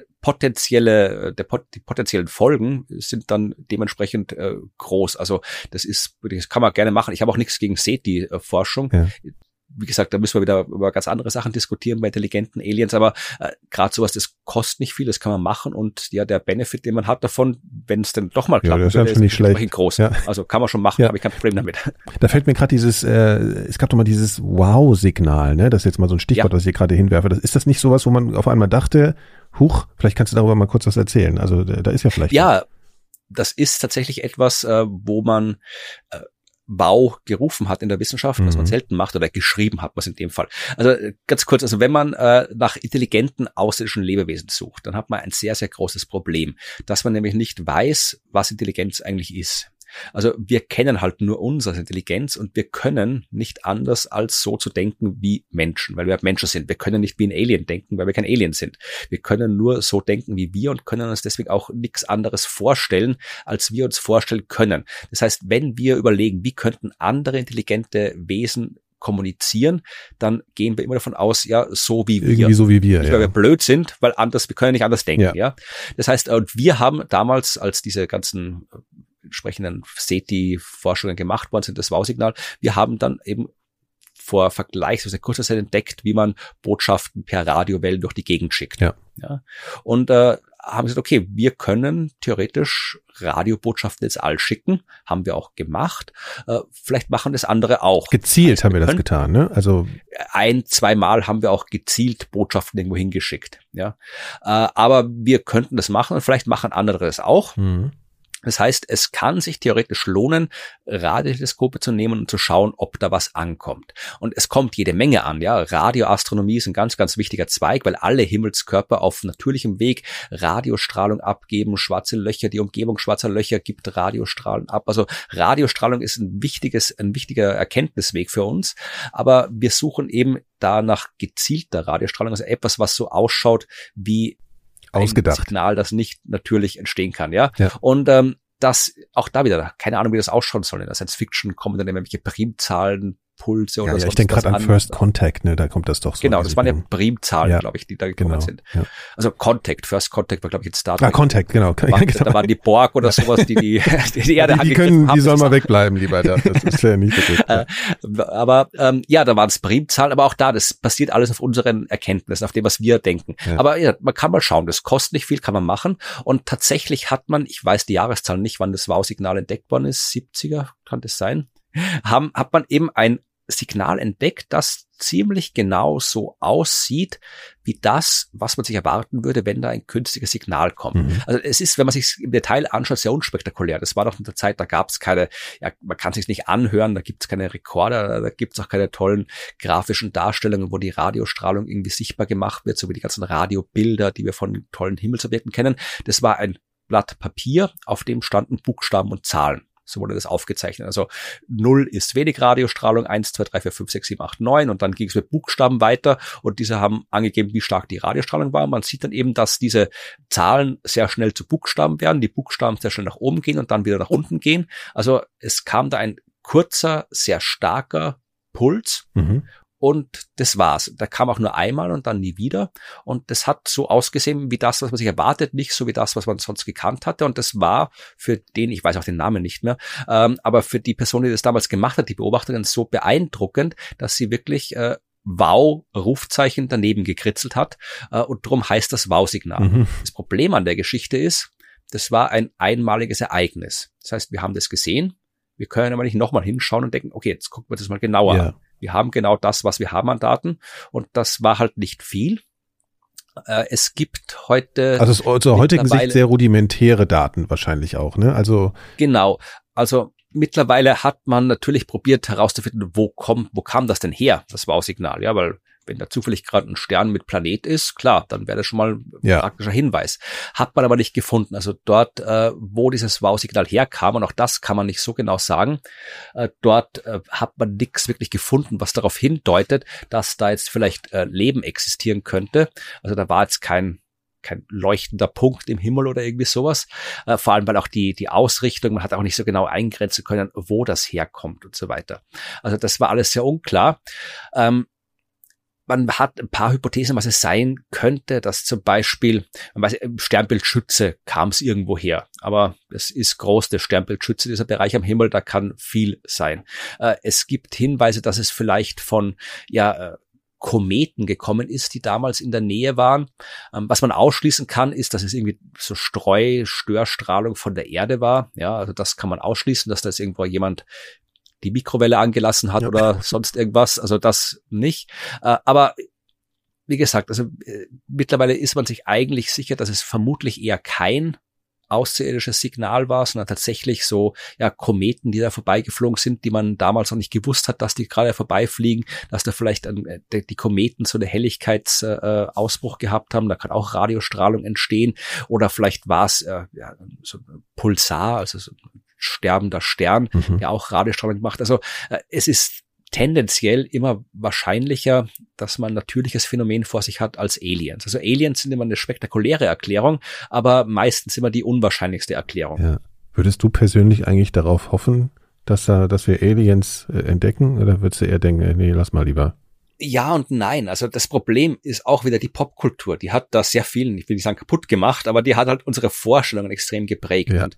potenziellen Folgen sind dann dementsprechend groß. Also das kann man gerne machen. Ich habe auch nichts gegen SETI-Forschung. Ja. Wie gesagt, da müssen wir wieder über ganz andere Sachen diskutieren bei intelligenten Aliens, aber gerade sowas, das kostet nicht viel, das kann man machen und ja, der Benefit, den man hat davon, wenn es denn doch mal klappt, das ist nicht schlecht. Groß. Ja. Also kann man schon machen, habe ich kein Problem damit. Da fällt mir gerade es gab doch mal dieses Wow-Signal, ne? Das ist jetzt mal so ein Stichwort, was ich hier gerade hinwerfe. Ist das nicht sowas, wo man auf einmal dachte, huch, vielleicht kannst du darüber mal kurz was erzählen. Also da ist ja vielleicht was. Das ist tatsächlich etwas, wo man Wow gerufen hat in der Wissenschaft, was man selten macht, oder geschrieben hat, was in dem Fall. Also ganz kurz, also wenn man nach intelligenten außerirdischen Lebewesen sucht, dann hat man ein sehr, sehr großes Problem, dass man nämlich nicht weiß, was Intelligenz eigentlich ist. Also wir kennen halt nur uns als Intelligenz und wir können nicht anders als so zu denken wie Menschen, weil wir Menschen sind. Wir können nicht wie ein Alien denken, weil wir kein Alien sind. Wir können nur so denken wie wir und können uns deswegen auch nichts anderes vorstellen, als wir uns vorstellen können. Das heißt, wenn wir überlegen, wie könnten andere intelligente Wesen kommunizieren, dann gehen wir immer davon aus, ja, so wie wir. Irgendwie so wie wir, nicht, weil wir blöd sind, weil wir können nicht anders denken, ja. Das heißt, und wir haben damals, als diese ganzen entsprechenden SETI-Forschungen gemacht worden sind, das Wow-Signal, wir haben dann eben vor vergleichsweise kurzer Zeit entdeckt, wie man Botschaften per Radiowellen durch die Gegend schickt. Ja. Und haben gesagt, okay, wir können theoretisch Radiobotschaften ins All schicken, haben wir auch gemacht. Vielleicht machen das andere auch. Gezielt haben wir das getan, ne? Also 1-2 Mal haben wir auch gezielt Botschaften irgendwo hingeschickt, ja. Aber wir könnten das machen und vielleicht machen andere das auch. Das heißt, es kann sich theoretisch lohnen, Radioteleskope zu nehmen und zu schauen, ob da was ankommt. Und es kommt jede Menge an, ja. Radioastronomie ist ein ganz, ganz wichtiger Zweig, weil alle Himmelskörper auf natürlichem Weg Radiostrahlung abgeben. Schwarze Löcher, die Umgebung schwarzer Löcher gibt Radiostrahlen ab. Also Radiostrahlung ist ein wichtiger Erkenntnisweg für uns. Aber wir suchen eben da nach gezielter Radiostrahlung, also etwas, was so ausschaut wie ausgedacht. Ein Signal, das nicht natürlich entstehen kann, ja. Und das, auch da wieder, keine Ahnung, wie das ausschauen soll. In der Science Fiction kommen dann irgendwelche Primzahlen, Pulse oder so. Ich denke gerade an First Contact, ne, da kommt das doch so. Genau, das waren ja Primzahlen, glaube ich, die da gekommen sind. Ja. Also First Contact war, glaube ich, jetzt Star Trek. Contact, genau. Da waren die Borg oder sowas, die Erde angegriffen haben. Die sollen mal wegbleiben, lieber. Das ist ja nicht so gut. Aber da waren es Primzahlen, aber auch da, das basiert alles auf unseren Erkenntnissen, auf dem, was wir denken. Ja. Aber ja, man kann mal schauen, das kostet nicht viel, kann man machen. Und tatsächlich hat man, ich weiß die Jahreszahl nicht, wann das Wow-Signal entdeckt worden ist, 70er, kann das sein? Hat man eben ein Signal entdeckt, das ziemlich genau so aussieht, wie das, was man sich erwarten würde, wenn da ein künstliches Signal kommt. Also es ist, wenn man sich im Detail anschaut, sehr unspektakulär. Das war doch in der Zeit, da gab es keine, man kann sich nicht anhören, da gibt es keine Rekorder, da gibt es auch keine tollen grafischen Darstellungen, wo die Radiostrahlung irgendwie sichtbar gemacht wird, so wie die ganzen Radiobilder, die wir von tollen Himmelsobjekten kennen. Das war ein Blatt Papier, auf dem standen Buchstaben und Zahlen. So wurde das aufgezeichnet. Also 0 ist wenig Radiostrahlung, 1, 2, 3, 4, 5, 6, 7, 8, 9 und dann ging es mit Buchstaben weiter und diese haben angegeben, wie stark die Radiostrahlung war. Man sieht dann eben, dass diese Zahlen sehr schnell zu Buchstaben werden, die Buchstaben sehr schnell nach oben gehen und dann wieder nach unten gehen. Also es kam da ein kurzer, sehr starker Puls. Und das war's. Da kam auch nur einmal und dann nie wieder. Und das hat so ausgesehen wie das, was man sich erwartet, nicht so wie das, was man sonst gekannt hatte. Und das war für den, ich weiß auch den Namen nicht mehr, aber für die Person, die das damals gemacht hat, die Beobachterin, so beeindruckend, dass sie wirklich Wow-Rufzeichen daneben gekritzelt hat und darum heißt das Wow-Signal. Das Problem an der Geschichte ist, das war ein einmaliges Ereignis. Das heißt, wir haben das gesehen, wir können aber nicht nochmal hinschauen und denken, okay, jetzt gucken wir das mal genauer an. Wir haben genau das, was wir haben an Daten und das war halt nicht viel. Es gibt heute... Also aus heutigen Sicht sehr rudimentäre Daten wahrscheinlich auch, ne? Also genau, also mittlerweile hat man natürlich probiert herauszufinden, wo kam das denn her, das Wow-Signal, ja, weil wenn da zufällig gerade ein Stern mit Planet ist, klar, dann wäre das schon mal ein praktischer Hinweis. Hat man aber nicht gefunden. Also dort, wo dieses Wow-Signal herkam, und auch das kann man nicht so genau sagen, dort hat man nichts wirklich gefunden, was darauf hindeutet, dass da jetzt vielleicht Leben existieren könnte. Also da war jetzt kein leuchtender Punkt im Himmel oder irgendwie sowas. Vor allem, weil auch die Ausrichtung, man hat auch nicht so genau eingrenzen können, wo das herkommt und so weiter. Also das war alles sehr unklar. Man hat ein paar Hypothesen, was es sein könnte, dass zum Beispiel, man weiß, im Sternbildschütze kam es irgendwo her, aber es ist groß, der Sternbildschütze, dieser Bereich am Himmel, da kann viel sein. Es gibt Hinweise, dass es vielleicht von, Kometen gekommen ist, die damals in der Nähe waren. Was man ausschließen kann, ist, dass es irgendwie so Störstrahlung von der Erde war. Ja, also das kann man ausschließen, dass da jetzt irgendwo jemand die Mikrowelle angelassen hat oder sonst irgendwas. Also das nicht. Aber wie gesagt, also mittlerweile ist man sich eigentlich sicher, dass es vermutlich eher kein außerirdisches Signal war, sondern tatsächlich so Kometen, die da vorbeigeflogen sind, die man damals noch nicht gewusst hat, dass die gerade vorbeifliegen, dass da vielleicht die Kometen so eine Helligkeitsausbruch gehabt haben, da kann auch Radiostrahlung entstehen oder vielleicht war es so ein Pulsar, also so ein sterbender Stern, der auch Radiostrahlung macht. Also es ist tendenziell immer wahrscheinlicher, dass man ein natürliches Phänomen vor sich hat als Aliens. Also Aliens sind immer eine spektakuläre Erklärung, aber meistens immer die unwahrscheinlichste Erklärung. Ja. Würdest du persönlich eigentlich darauf hoffen, dass wir Aliens entdecken? Oder würdest du eher denken, nee, lass mal lieber? Ja und nein. Also das Problem ist auch wieder die Popkultur. Die hat da sehr viel, ich will nicht sagen kaputt gemacht, aber die hat halt unsere Vorstellungen extrem geprägt. Und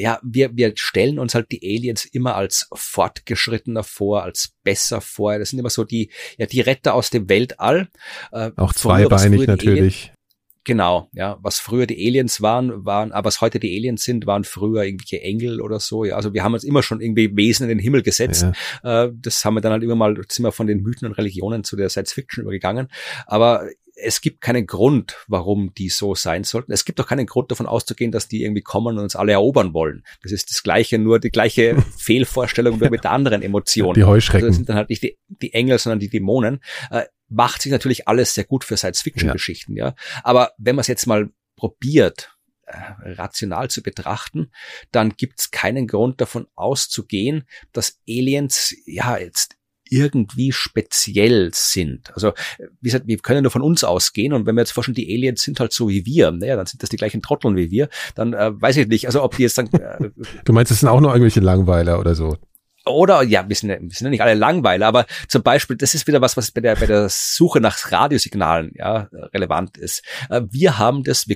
wir stellen uns halt die Aliens immer als fortgeschrittener vor, als besser vor. Das sind immer so die Retter aus dem Weltall. Auch zweibeinig natürlich. Genau, ja, was früher die Aliens waren, aber was heute die Aliens sind, waren früher irgendwelche Engel oder so, ja, also wir haben uns immer schon irgendwie Wesen in den Himmel gesetzt, das haben wir dann halt immer mal, sind wir von den Mythen und Religionen zu der Science-Fiction übergegangen, aber es gibt keinen Grund, warum die so sein sollten. Es gibt auch keinen Grund davon auszugehen, dass die irgendwie kommen und uns alle erobern wollen. Das ist das Gleiche, nur die gleiche Fehlvorstellung, nur mit der anderen Emotion. Die Heuschrecken. Also das sind dann halt nicht die Engel, sondern die Dämonen. Macht sich natürlich alles sehr gut für Science-Fiction-Geschichten, ja. Aber wenn man es jetzt mal probiert, rational zu betrachten, dann gibt es keinen Grund davon auszugehen, dass Aliens jetzt irgendwie speziell sind. Also, wie gesagt, wir können nur von uns ausgehen und wenn wir jetzt vorstellen, die Aliens sind halt so wie wir, dann sind das die gleichen Trotteln wie wir, dann weiß ich nicht, also ob die jetzt dann... Du meinst, das sind auch nur irgendwelche Langweiler oder so? Oder, wir sind ja nicht alle Langweiler, aber zum Beispiel, das ist wieder was bei der Suche nach Radiosignalen, relevant ist. Wir haben das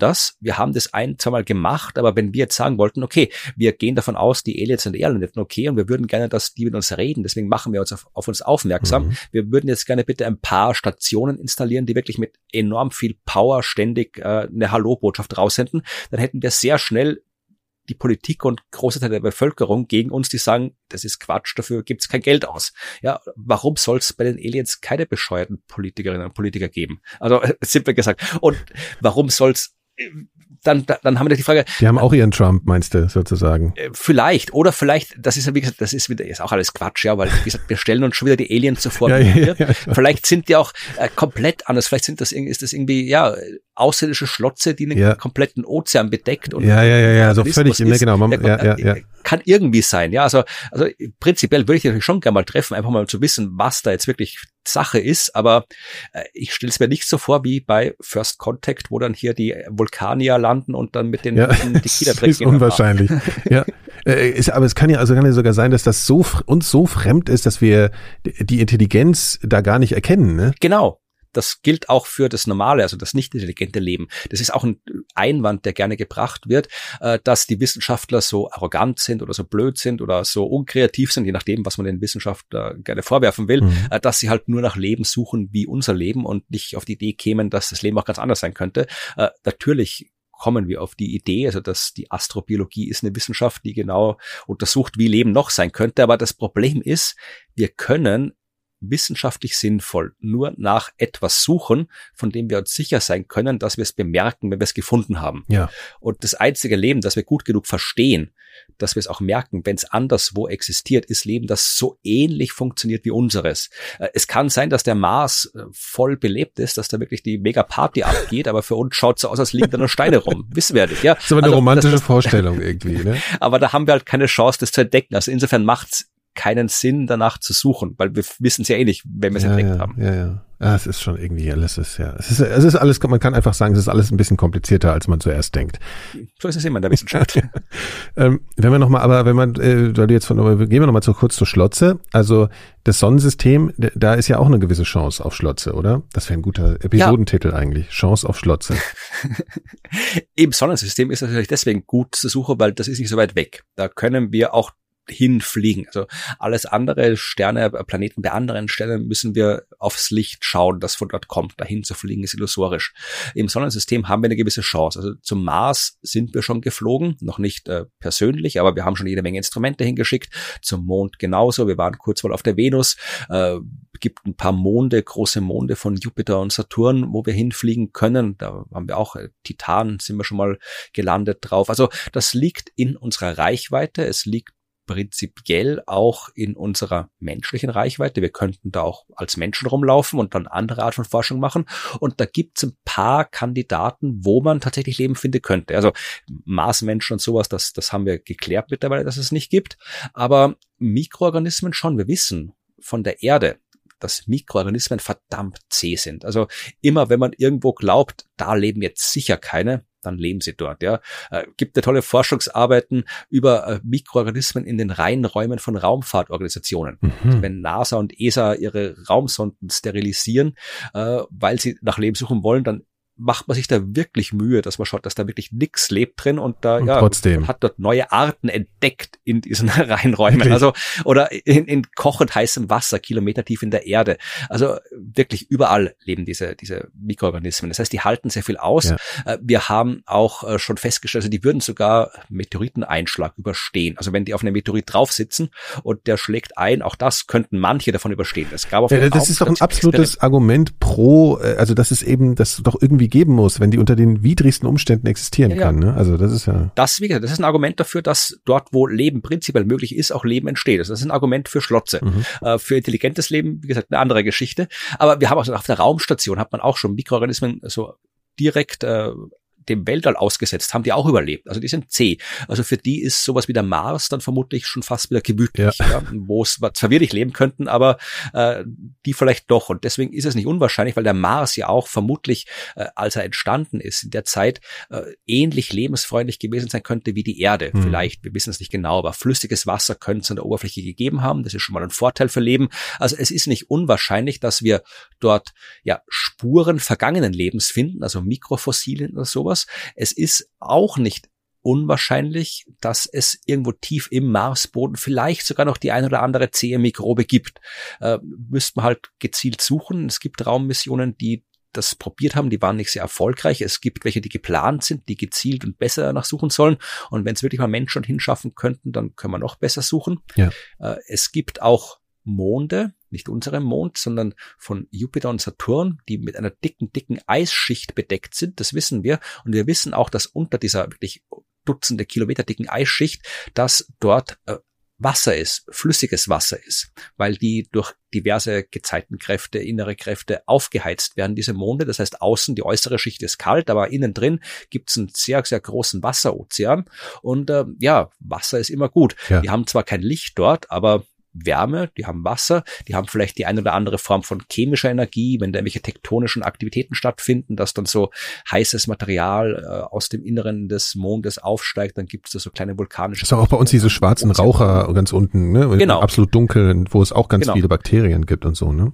ein, zweimal gemacht, aber wenn wir jetzt sagen wollten, okay, wir gehen davon aus, die Aliens sind Erdenlitten, okay, und wir würden gerne, dass die mit uns reden, deswegen machen wir uns auf uns aufmerksam. Wir würden jetzt gerne bitte ein paar Stationen installieren, die wirklich mit enorm viel Power ständig eine Hallo-Botschaft raussenden, dann hätten wir sehr schnell die Politik und große Teile der Bevölkerung gegen uns, die sagen, das ist Quatsch, dafür gibt's kein Geld aus. Ja, warum soll es bei den Aliens keine bescheuerten Politikerinnen und Politiker geben? Also simpel gesagt. Und warum soll's dann haben wir die Frage. Die haben auch ihren Trump, meinst du, sozusagen? Vielleicht, das ist ja, wie gesagt, das ist wieder, ist auch alles Quatsch, ja, weil, wie gesagt, wir stellen uns schon wieder die Aliens so vor. Vielleicht sind die auch komplett anders, vielleicht ist das irgendwie, außerirdische Schlotze, die einen kompletten Ozean bedeckt. Und so völlig, genau. Kann irgendwie sein, ja, also prinzipiell würde ich natürlich schon gerne mal treffen, einfach mal zu wissen, was da jetzt wirklich Sache ist, aber ich stelle es mir nicht so vor wie bei First Contact, wo dann hier die Vulkanier landen und dann mit den Tequila trinken. Ist unwahrscheinlich. Aber es kann ja sogar sein, dass das uns so fremd ist, dass wir die Intelligenz da gar nicht erkennen, ne? Genau. das gilt auch für das normale, also das nicht intelligente Leben. Das ist auch ein Einwand, der gerne gebracht wird, dass die Wissenschaftler so arrogant sind oder so blöd sind oder so unkreativ sind, je nachdem, was man den Wissenschaftlern gerne vorwerfen will, dass sie halt nur nach Leben suchen wie unser Leben und nicht auf die Idee kämen, dass das Leben auch ganz anders sein könnte. Natürlich kommen wir auf die Idee, also dass die Astrobiologie ist eine Wissenschaft, die genau untersucht, wie Leben noch sein könnte. Aber das Problem ist, wir können wissenschaftlich sinnvoll nur nach etwas suchen, von dem wir uns sicher sein können, dass wir es bemerken, wenn wir es gefunden haben. Ja. Und das einzige Leben, das wir gut genug verstehen, dass wir es auch merken, wenn es anderswo existiert, ist Leben, das so ähnlich funktioniert wie unseres. Es kann sein, dass der Mars voll belebt ist, dass da wirklich die Mega-Party abgeht, aber für uns schaut es so aus, als liegen da nur Steine rum. Wissen wir nicht, ja. Das ist aber eine romantische Vorstellung irgendwie, ne? Aber da haben wir halt keine Chance, das zu entdecken. Also insofern macht's keinen Sinn, danach zu suchen, weil wir wissen es ja eh nicht, wenn wir es entdeckt haben. Ja, es ist schon irgendwie alles, es ist alles, man kann einfach sagen, es ist alles ein bisschen komplizierter, als man zuerst denkt. So ist es immer in der Wissenschaft. Gehen wir nochmal kurz zur Schlotze. Also das Sonnensystem, da ist ja auch eine gewisse Chance auf Schlotze, oder? Das wäre ein guter Episodentitel eigentlich. Chance auf Schlotze. Im Sonnensystem ist das natürlich deswegen gut zu suchen, weil das ist nicht so weit weg. Da können wir auch hinfliegen. Also alles andere, Sterne, Planeten bei anderen Sternen, müssen wir aufs Licht schauen, das von dort kommt. Dahin zu fliegen ist illusorisch. Im Sonnensystem haben wir eine gewisse Chance. Also zum Mars sind wir schon geflogen, noch nicht persönlich, aber wir haben schon jede Menge Instrumente hingeschickt. Zum Mond genauso. Wir waren kurz mal auf der Venus. Gibt ein paar Monde, große Monde von Jupiter und Saturn, wo wir hinfliegen können. Da haben wir auch Titan, sind wir schon mal gelandet drauf. Also das liegt in unserer Reichweite. Es liegt prinzipiell auch in unserer menschlichen Reichweite. Wir könnten da auch als Menschen rumlaufen und dann andere Art von Forschung machen. Und da gibt es ein paar Kandidaten, wo man tatsächlich Leben finden könnte. Also Marsmenschen und sowas, das haben wir geklärt mittlerweile, dass es nicht gibt. Aber Mikroorganismen schon. Wir wissen von der Erde, dass Mikroorganismen verdammt zäh sind. Also immer, wenn man irgendwo glaubt, da leben jetzt sicher keine, dann leben sie dort, ja. Gibt ja tolle Forschungsarbeiten über Mikroorganismen in den Reinräumen von Raumfahrtorganisationen. Also wenn NASA und ESA ihre Raumsonden sterilisieren, weil sie nach Leben suchen wollen, dann macht man sich da wirklich Mühe, dass man schaut, dass da wirklich nichts lebt drin und da trotzdem hat dort neue Arten entdeckt in diesen Reinräumen. Wirklich? Also oder in kochend heißem Wasser, kilometertief in der Erde. Also wirklich überall leben diese Mikroorganismen. Das heißt, die halten sehr viel aus. Ja. Wir haben auch schon festgestellt, also die würden sogar Meteoriteneinschlag überstehen. Also wenn die auf einem Meteorit drauf sitzen und der schlägt ein, auch das könnten manche davon überstehen. Es gab auf das ist doch ein absolutes Argument pro, also das ist eben, das doch irgendwie geben muss, wenn die unter den widrigsten Umständen existieren kann. Ne? Also das ist ja... Das ist ein Argument dafür, dass dort, wo Leben prinzipiell möglich ist, auch Leben entsteht. Also das ist ein Argument für Schlotze. Für intelligentes Leben, wie gesagt, eine andere Geschichte. Aber wir haben auch auf der Raumstation, hat man auch schon Mikroorganismen so direkt dem Weltall ausgesetzt, haben die auch überlebt. Also die sind zäh. Also für die ist sowas wie der Mars dann vermutlich schon fast wieder gemütlich, wo es zwar wirklich leben könnten, aber die vielleicht doch. Und deswegen ist es nicht unwahrscheinlich, weil der Mars ja auch vermutlich, als er entstanden ist, in der Zeit ähnlich lebensfreundlich gewesen sein könnte wie die Erde. Vielleicht, wir wissen es nicht genau, aber flüssiges Wasser könnte es an der Oberfläche gegeben haben. Das ist schon mal ein Vorteil für Leben. Also es ist nicht unwahrscheinlich, dass wir dort Spuren vergangenen Lebens finden, also Mikrofossilien oder sowas. Es ist auch nicht unwahrscheinlich, dass es irgendwo tief im Marsboden vielleicht sogar noch die ein oder andere zähe Mikrobe gibt. Müsste man halt gezielt suchen. Es gibt Raummissionen, die das probiert haben, die waren nicht sehr erfolgreich. Es gibt welche, die geplant sind, die gezielt und besser danach suchen sollen. Und wenn es wirklich mal Menschen hinschaffen könnten, dann können wir noch besser suchen. Ja. Es gibt auch Monde, nicht unseren Mond, sondern von Jupiter und Saturn, die mit einer dicken Eisschicht bedeckt sind. Das wissen wir. Und wir wissen auch, dass unter dieser wirklich Dutzende Kilometer dicken Eisschicht, dass dort Wasser ist, flüssiges Wasser ist, weil die durch diverse Gezeitenkräfte, innere Kräfte aufgeheizt werden, diese Monde. Das heißt, außen, die äußere Schicht ist kalt, aber innen drin gibt es einen sehr, sehr großen Wasserozean. Und Wasser ist immer gut. Ja. Die haben zwar kein Licht dort, aber Wärme, die haben Wasser, die haben vielleicht die eine oder andere Form von chemischer Energie, wenn da irgendwelche tektonischen Aktivitäten stattfinden, dass dann so heißes Material aus dem Inneren des Mondes aufsteigt, dann gibt es da so kleine vulkanische... Das ist auch bei uns diese schwarzen Raucher ganz unten, ne? Genau. Absolut dunkel, wo es auch ganz viele Bakterien gibt und so, ne?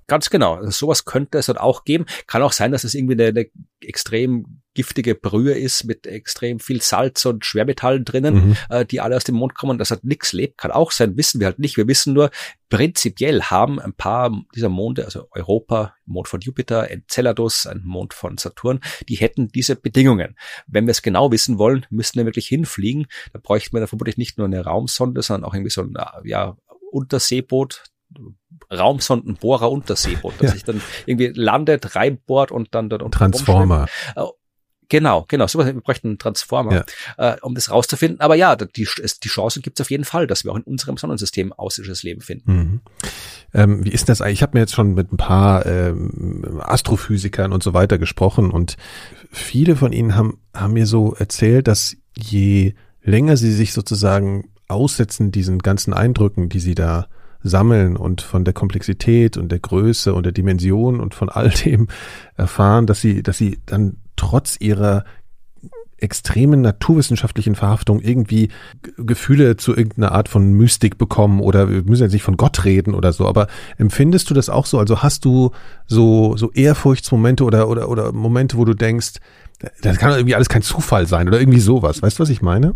Ganz genau. Also sowas könnte es dort auch geben. Kann auch sein, dass es irgendwie eine extrem giftige Brühe ist mit extrem viel Salz und Schwermetallen drinnen, die alle aus dem Mond kommen und das hat nichts lebt. Kann auch sein, wissen wir halt nicht. Wir wissen nur, prinzipiell haben ein paar dieser Monde, also Europa, Mond von Jupiter, Enceladus, ein Mond von Saturn, die hätten diese Bedingungen. Wenn wir es genau wissen wollen, müssten wir wirklich hinfliegen. Da bräuchten wir dann vermutlich nicht nur eine Raumsonde, sondern auch irgendwie so ein Unterseeboot, Raumsondenbohrer Unterseeboot, das sich dann irgendwie landet, reinbohrt und dann dort Transformer. Genau, sowas, wir bräuchten einen Transformer, um das rauszufinden. Aber ja, die Chance gibt es auf jeden Fall, dass wir auch in unserem Sonnensystem außerirdisches Leben finden. Wie ist das eigentlich? Ich habe mir jetzt schon mit ein paar Astrophysikern und so weiter gesprochen und viele von ihnen haben mir so erzählt, dass je länger sie sich sozusagen aussetzen diesen ganzen Eindrücken, die sie da sammeln und von der Komplexität und der Größe und der Dimension und von all dem erfahren, dass sie dann trotz ihrer extremen naturwissenschaftlichen Verhaftung irgendwie Gefühle zu irgendeiner Art von Mystik bekommen oder wir müssen jetzt nicht von Gott reden oder so, aber empfindest du das auch so? Also hast du so Ehrfurchtsmomente oder Momente, wo du denkst, das kann irgendwie alles kein Zufall sein oder irgendwie sowas. Weißt du, was ich meine?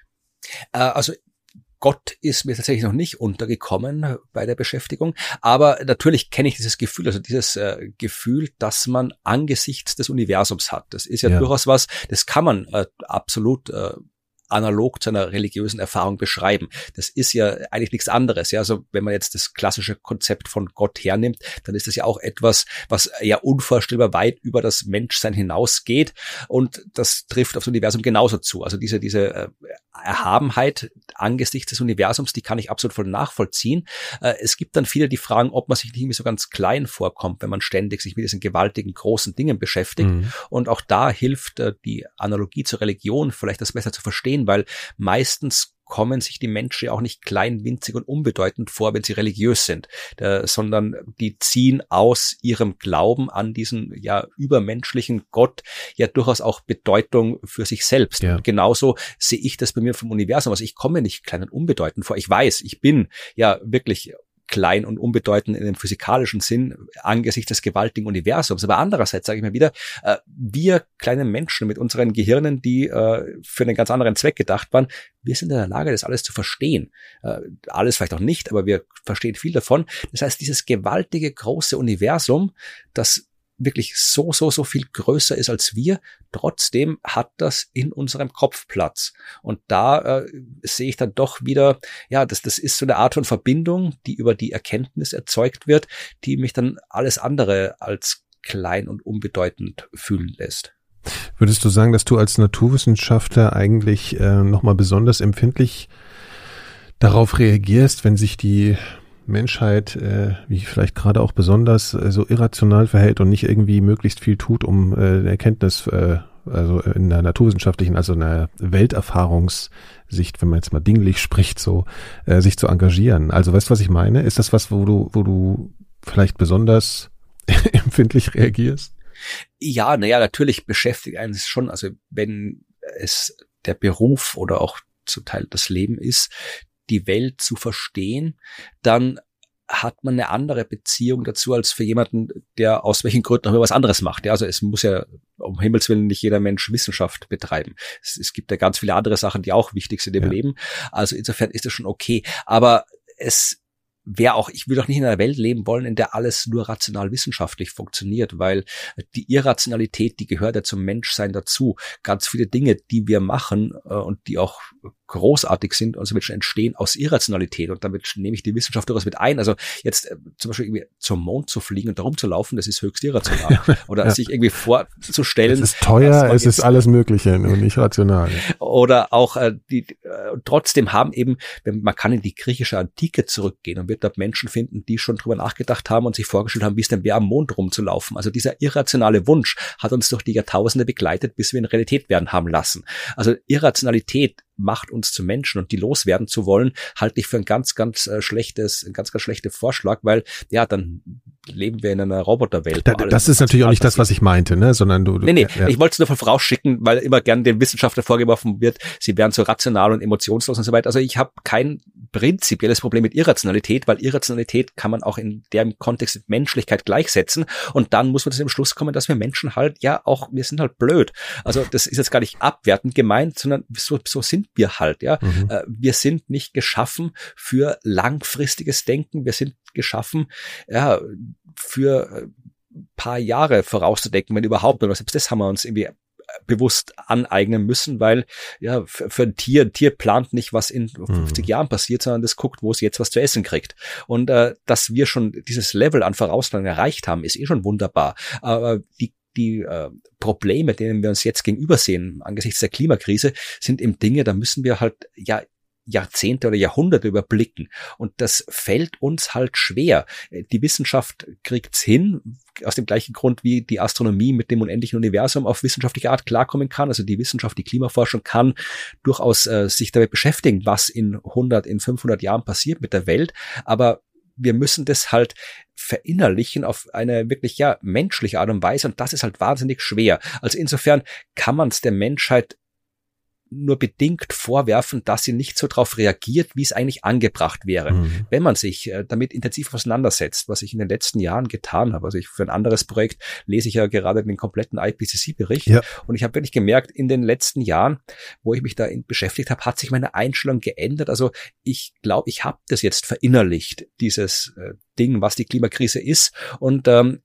Also Gott ist mir tatsächlich noch nicht untergekommen bei der Beschäftigung, aber natürlich kenne ich dieses Gefühl, also dieses Gefühl, dass man angesichts des Universums hat. Das ist ja durchaus was, das kann man absolut analog zu einer religiösen Erfahrung beschreiben. Das ist ja eigentlich nichts anderes. Ja, also wenn man jetzt das klassische Konzept von Gott hernimmt, dann ist das ja auch etwas, was ja unvorstellbar weit über das Menschsein hinausgeht und das trifft aufs Universum genauso zu. Also diese Erhabenheit angesichts des Universums, die kann ich absolut voll nachvollziehen. Es gibt dann viele, die fragen, ob man sich nicht irgendwie so ganz klein vorkommt, wenn man ständig sich mit diesen gewaltigen, großen Dingen beschäftigt. Und auch da hilft die Analogie zur Religion vielleicht das besser zu verstehen, weil meistens kommen sich die Menschen ja auch nicht klein, winzig und unbedeutend vor, wenn sie religiös sind, sondern die ziehen aus ihrem Glauben an diesen übermenschlichen Gott ja durchaus auch Bedeutung für sich selbst. Und genauso sehe ich das bei mir vom Universum. Also ich komme nicht klein und unbedeutend vor. Ich weiß, ich bin ja wirklich klein und unbedeutend in dem physikalischen Sinn angesichts des gewaltigen Universums. Aber andererseits sage ich mir wieder, wir kleinen Menschen mit unseren Gehirnen, die für einen ganz anderen Zweck gedacht waren, wir sind in der Lage, das alles zu verstehen. Alles vielleicht auch nicht, aber wir verstehen viel davon. Das heißt, dieses gewaltige, große Universum, das wirklich so viel größer ist als wir, trotzdem hat das in unserem Kopf Platz. Und da sehe ich dann doch wieder, das ist so eine Art von Verbindung, die über die Erkenntnis erzeugt wird, die mich dann alles andere als klein und unbedeutend fühlen lässt. Würdest du sagen, dass du als Naturwissenschaftler eigentlich nochmal besonders empfindlich darauf reagierst, wenn sich die Menschheit, wie vielleicht gerade auch besonders, so irrational verhält und nicht irgendwie möglichst viel tut, um eine Erkenntnis, also in einer naturwissenschaftlichen, also einer Welterfahrungssicht, wenn man jetzt mal dinglich spricht, so sich zu engagieren? Also weißt du, was ich meine? Ist das was, wo du vielleicht besonders empfindlich reagierst? Ja, natürlich beschäftigt einen es schon. Also wenn es der Beruf oder auch zum Teil das Leben ist, die Welt zu verstehen, dann hat man eine andere Beziehung dazu als für jemanden, der aus welchen Gründen auch immer was anderes macht. Ja, also es muss ja um Himmels Willen nicht jeder Mensch Wissenschaft betreiben. Es gibt ja ganz viele andere Sachen, die auch wichtig sind im Leben. Also insofern ist das schon okay. Aber ich will doch nicht in einer Welt leben wollen, in der alles nur rational wissenschaftlich funktioniert, weil die Irrationalität, die gehört ja zum Menschsein dazu. Ganz viele Dinge, die wir machen und die auch großartig sind und somit schon entstehen aus Irrationalität und damit nehme ich die Wissenschaft durchaus mit ein. Also jetzt zum Beispiel irgendwie zum Mond zu fliegen und da rumzulaufen, das ist höchst irrational. Oder sich irgendwie vorzustellen. Es ist teuer, es ist alles Mögliche und nicht rational. Oder auch trotzdem haben eben, man kann in die griechische Antike zurückgehen und wird dort Menschen finden, die schon drüber nachgedacht haben und sich vorgestellt haben, wie es denn wäre, am Mond rumzulaufen. Also dieser irrationale Wunsch hat uns durch die Jahrtausende begleitet, bis wir in Realität werden haben lassen. Also Irrationalität macht uns zu Menschen und die loswerden zu wollen, halte ich für ein ganz schlechter Vorschlag, weil dann leben wir in einer Roboterwelt. Das ist natürlich auch nicht das, was ich meinte, ne, sondern du. Nee, ich wollte es nur vorausschicken, weil immer gern den Wissenschaftlern vorgeworfen wird, sie wären so rational und emotionslos und so weiter. Also ich habe kein prinzipielles Problem mit Irrationalität, weil Irrationalität kann man auch in dem Kontext mit Menschlichkeit gleichsetzen und dann muss man zu dem Schluss kommen, dass wir Menschen halt wir sind halt blöd. Also das ist jetzt gar nicht abwertend gemeint, sondern so sind wir halt, ja. Wir sind nicht geschaffen für langfristiges Denken, wir sind geschaffen, für paar Jahre vorauszudenken, wenn überhaupt, oder selbst das haben wir uns irgendwie bewusst aneignen müssen, weil für ein Tier plant nicht, was in 50 Jahren passiert, sondern das guckt, wo es jetzt was zu essen kriegt. Und dass wir schon dieses Level an Vorausplanung erreicht haben, ist schon wunderbar. Aber die Probleme, denen wir uns jetzt gegenübersehen angesichts der Klimakrise, sind eben Dinge, da müssen wir halt Jahrzehnte oder Jahrhunderte überblicken. Und das fällt uns halt schwer. Die Wissenschaft kriegt's hin, aus dem gleichen Grund, wie die Astronomie mit dem unendlichen Universum auf wissenschaftliche Art klarkommen kann. Also die Wissenschaft, die Klimaforschung kann durchaus sich damit beschäftigen, was in 100, in 500 Jahren passiert mit der Welt. Aber wir müssen das halt verinnerlichen auf eine wirklich menschliche Art und Weise. Und das ist halt wahnsinnig schwer. Also insofern kann man es der Menschheit nur bedingt vorwerfen, dass sie nicht so darauf reagiert, wie es eigentlich angebracht wäre. Wenn man sich damit intensiv auseinandersetzt, was ich in den letzten Jahren getan habe. Also für ein anderes Projekt lese ich ja gerade den kompletten IPCC-Bericht. Ja. Und ich habe wirklich gemerkt, in den letzten Jahren, wo ich mich da beschäftigt habe, hat sich meine Einstellung geändert. Also ich glaube, ich habe das jetzt verinnerlicht, dieses Ding, was die Klimakrise ist. Und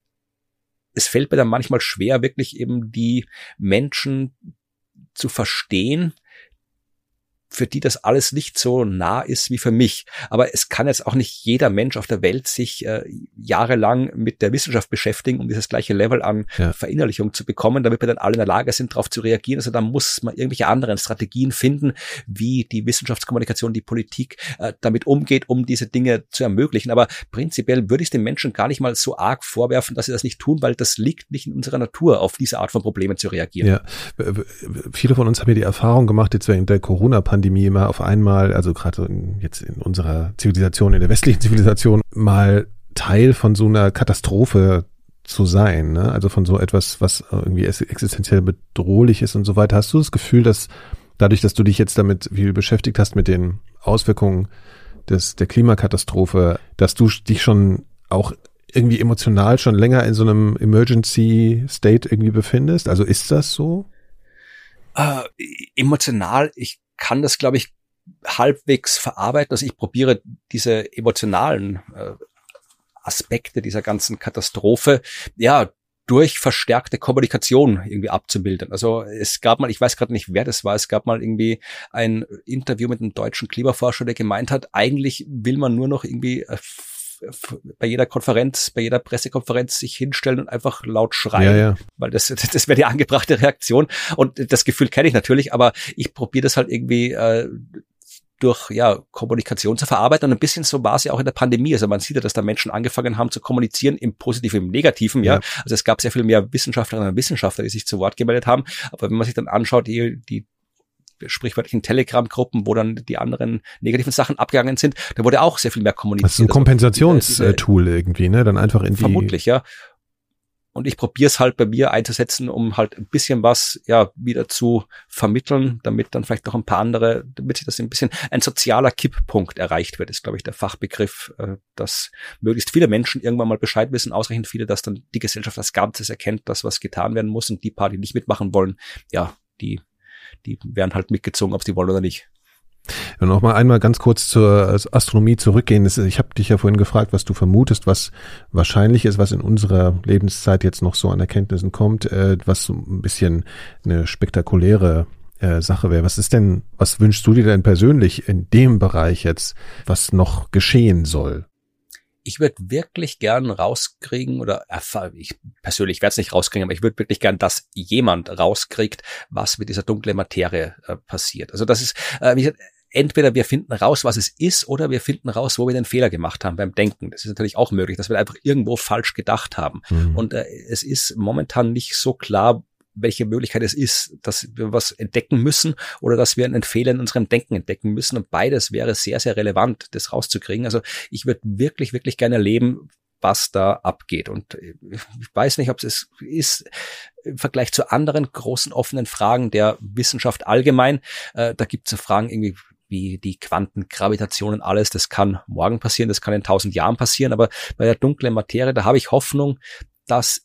es fällt mir dann manchmal schwer, wirklich eben die Menschen zu verstehen, für die das alles nicht so nah ist wie für mich. Aber es kann jetzt auch nicht jeder Mensch auf der Welt sich jahrelang mit der Wissenschaft beschäftigen, um dieses gleiche Level an Verinnerlichung zu bekommen, damit wir dann alle in der Lage sind, darauf zu reagieren. Also da muss man irgendwelche anderen Strategien finden, wie die Wissenschaftskommunikation, die Politik damit umgeht, um diese Dinge zu ermöglichen. Aber prinzipiell würde ich den Menschen gar nicht mal so arg vorwerfen, dass sie das nicht tun, weil das liegt nicht in unserer Natur, auf diese Art von Problemen zu reagieren. Ja, viele von uns haben ja die Erfahrung gemacht, jetzt während der Corona-Pandemie immer auf einmal, also gerade jetzt in unserer Zivilisation, in der westlichen Zivilisation, mal Teil von so einer Katastrophe zu sein, ne? Also von so etwas, was irgendwie existenziell bedrohlich ist und so weiter. Hast du das Gefühl, dass dadurch, dass du dich jetzt damit viel beschäftigt hast mit den Auswirkungen der Klimakatastrophe, dass du dich schon auch irgendwie emotional schon länger in so einem Emergency State irgendwie befindest? Also ist das so? Emotional, ich kann das, glaube ich, halbwegs verarbeiten. Also ich probiere diese emotionalen Aspekte dieser ganzen Katastrophe, durch verstärkte Kommunikation irgendwie abzubilden. Also es gab mal, ich weiß gerade nicht, wer das war, es gab mal irgendwie ein Interview mit einem deutschen Klimaforscher, der gemeint hat, eigentlich will man nur noch irgendwie bei jeder Konferenz, bei jeder Pressekonferenz sich hinstellen und einfach laut schreien, weil das wäre die angebrachte Reaktion. Und das Gefühl kenne ich natürlich, aber ich probiere das halt irgendwie durch Kommunikation zu verarbeiten. Und ein bisschen so war es ja auch in der Pandemie. Also man sieht ja, dass da Menschen angefangen haben zu kommunizieren, im Positiven, im Negativen. Ja. Also es gab sehr viel mehr Wissenschaftlerinnen und Wissenschaftler, die sich zu Wort gemeldet haben. Aber wenn man sich dann anschaut, die sprichwörtlichen Telegram-Gruppen, wo dann die anderen negativen Sachen abgegangen sind, da wurde auch sehr viel mehr kommuniziert. Das ist ein Kompensationstool irgendwie, ne? Dann einfach in die... Vermutlich, ja. Und ich probiere es halt bei mir einzusetzen, um halt ein bisschen was wieder zu vermitteln, damit dann vielleicht noch ein paar andere, damit sich das ein bisschen, ein sozialer Kipppunkt erreicht wird, ist, glaube ich, der Fachbegriff, dass möglichst viele Menschen irgendwann mal Bescheid wissen, ausreichend viele, dass dann die Gesellschaft als Ganzes erkennt, dass was getan werden muss und die paar, die nicht mitmachen wollen, die werden halt mitgezogen, ob sie wollen oder nicht. Und noch mal einmal ganz kurz zur Astronomie zurückgehen. Ich habe dich ja vorhin gefragt, was du vermutest, was wahrscheinlich ist, was in unserer Lebenszeit jetzt noch so an Erkenntnissen kommt, was so ein bisschen eine spektakuläre Sache wäre. Was wünschst du dir denn persönlich in dem Bereich jetzt, was noch geschehen soll? Ich würde wirklich gern rauskriegen, oder ich persönlich werde es nicht rauskriegen, aber ich würde wirklich gern, dass jemand rauskriegt, was mit dieser dunklen Materie passiert. Also das ist, entweder wir finden raus, was es ist, oder wir finden raus, wo wir den Fehler gemacht haben beim Denken. Das ist natürlich auch möglich, dass wir einfach irgendwo falsch gedacht haben. Und es ist momentan nicht so klar, welche Möglichkeit es ist, dass wir was entdecken müssen oder dass wir einen Fehler in unserem Denken entdecken müssen. Und beides wäre sehr, sehr relevant, das rauszukriegen. Also ich würde wirklich, wirklich gerne erleben, was da abgeht. Und ich weiß nicht, ob es ist im Vergleich zu anderen großen offenen Fragen der Wissenschaft allgemein. Da gibt es so Fragen irgendwie, wie die Quantengravitation und alles, das kann morgen passieren, das kann in 1000 Jahren passieren, aber bei der dunklen Materie, da habe ich Hoffnung, dass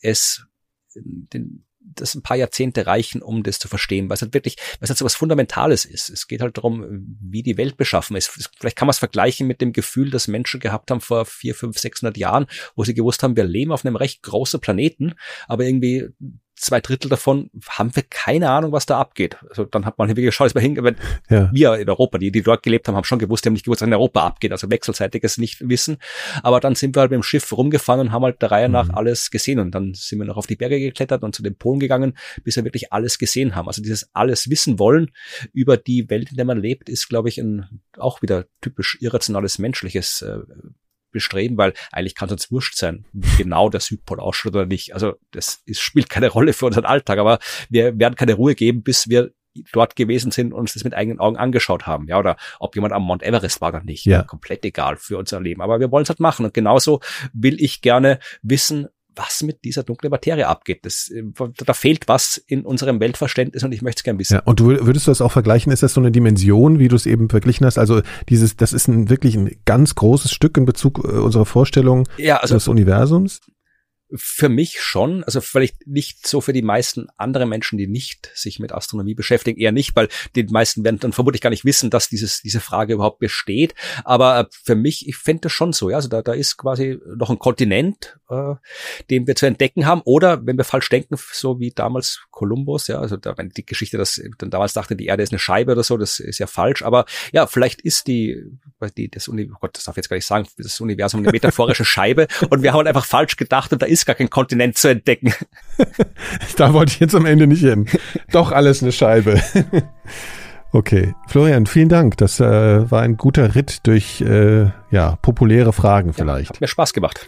das ein paar Jahrzehnte reichen, um das zu verstehen, weil es halt so was Fundamentales ist. Es geht halt darum, wie die Welt beschaffen ist. Vielleicht kann man es vergleichen mit dem Gefühl, das Menschen gehabt haben vor 400, 500, 600 Jahren, wo sie gewusst haben, wir leben auf einem recht großen Planeten, aber irgendwie 2/3 davon haben wir keine Ahnung, was da abgeht. Also dann hat man geschaut, wir in Europa, die dort gelebt haben, haben schon gewusst, die haben nicht gewusst, was in Europa abgeht, also wechselseitiges Nicht-Wissen. Aber dann sind wir halt mit dem Schiff rumgefahren und haben halt der Reihe nach alles gesehen. Und dann sind wir noch auf die Berge geklettert und zu den Polen gegangen, bis wir wirklich alles gesehen haben. Also dieses alles wissen wollen über die Welt, in der man lebt, ist, glaube ich, auch wieder typisch irrationales menschliches Bestreben, weil eigentlich kann es uns wurscht sein, wie genau der Südpol ausschaut oder nicht. Also spielt keine Rolle für unseren Alltag, aber wir werden keine Ruhe geben, bis wir dort gewesen sind und uns das mit eigenen Augen angeschaut haben. Ja, oder ob jemand am Mount Everest war oder nicht. Ja. Komplett egal für unser Leben. Aber wir wollen es halt machen. Und genauso will ich gerne wissen, was mit dieser dunklen Materie abgeht. Da fehlt was in unserem Weltverständnis und ich möchte es gerne wissen. Ja, und würdest du das auch vergleichen? Ist das so eine Dimension, wie du es eben verglichen hast? Also das ist wirklich ein ganz großes Stück in Bezug unserer Vorstellung des Universums? Für mich schon, also vielleicht nicht so für die meisten anderen Menschen, die nicht sich mit Astronomie beschäftigen, eher nicht, weil die meisten werden dann vermutlich gar nicht wissen, dass diese Frage überhaupt besteht. Aber für mich, ich fände das schon so, ja, also da ist quasi noch ein Kontinent, den wir zu entdecken haben. Oder wenn wir falsch denken, so wie damals Kolumbus, ja, also wenn die Geschichte, dass dann damals dachte, die Erde ist eine Scheibe oder so, das ist ja falsch. Aber ja, vielleicht ist das darf ich jetzt gar nicht sagen, das Universum eine metaphorische Scheibe und wir haben halt einfach falsch gedacht und da ist gar kein Kontinent zu entdecken. Da wollte ich jetzt am Ende nicht hin. Doch alles eine Scheibe. Okay, Florian, vielen Dank. Das war ein guter Ritt durch populäre Fragen vielleicht. Hat mir Spaß gemacht.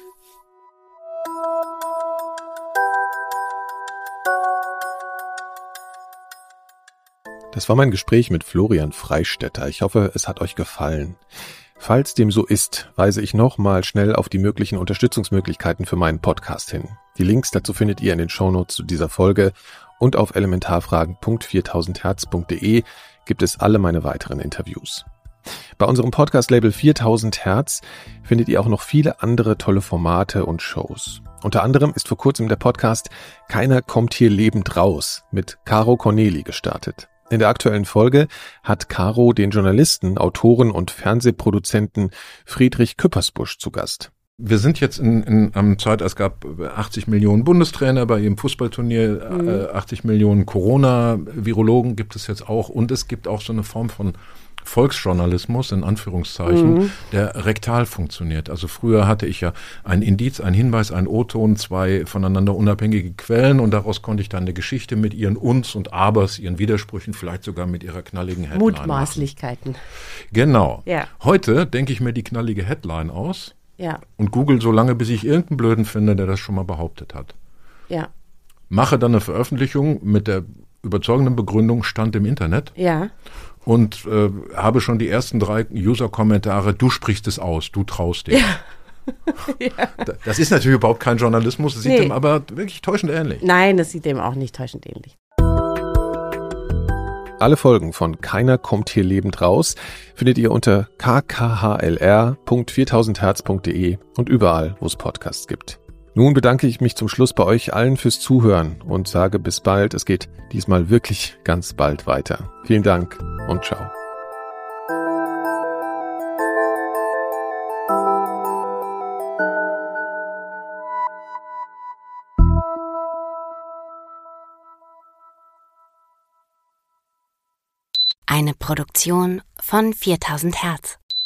Das war mein Gespräch mit Florian Freistetter. Ich hoffe, es hat euch gefallen. Falls dem so ist, weise ich nochmal schnell auf die möglichen Unterstützungsmöglichkeiten für meinen Podcast hin. Die Links dazu findet ihr in den Shownotes zu dieser Folge und auf elementarfragen.4000herz.de gibt es alle meine weiteren Interviews. Bei unserem Podcast-Label 4000 Hertz findet ihr auch noch viele andere tolle Formate und Shows. Unter anderem ist vor kurzem der Podcast Keiner kommt hier lebend raus mit Caro Corneli gestartet. In der aktuellen Folge hat Caro den Journalisten, Autoren und Fernsehproduzenten Friedrich Küppersbusch zu Gast. Wir sind jetzt am Zeit, es gab 80 Millionen Bundestrainer bei jedem Fußballturnier, 80 Millionen Corona-Virologen gibt es jetzt auch und es gibt auch so eine Form von Volksjournalismus, in Anführungszeichen, der rektal funktioniert. Also früher hatte ich ja ein Indiz, ein Hinweis, ein O-Ton, 2 voneinander unabhängige Quellen und daraus konnte ich dann eine Geschichte mit ihren Uns und Abers, ihren Widersprüchen, vielleicht sogar mit ihrer knalligen Headline Mutmaßlichkeiten. machen. Genau. Ja. Heute denke ich mir die knallige Headline aus und google so lange, bis ich irgendeinen Blöden finde, der das schon mal behauptet hat. Ja. Mache dann eine Veröffentlichung mit der überzeugenden Begründung, stand im Internet. Ja. Und habe schon die ersten 3 User-Kommentare, du sprichst es aus, du traust dir. Ja. Das ist natürlich überhaupt kein Journalismus, das sieht dem aber wirklich täuschend ähnlich. Nein, das sieht dem auch nicht täuschend ähnlich. Alle Folgen von Keiner kommt hier lebend raus findet ihr unter kkhlr.4000herz.de und überall, wo es Podcasts gibt. Nun bedanke ich mich zum Schluss bei euch allen fürs Zuhören und sage bis bald. Es geht diesmal wirklich ganz bald weiter. Vielen Dank und ciao. Eine Produktion von 4000 Hertz.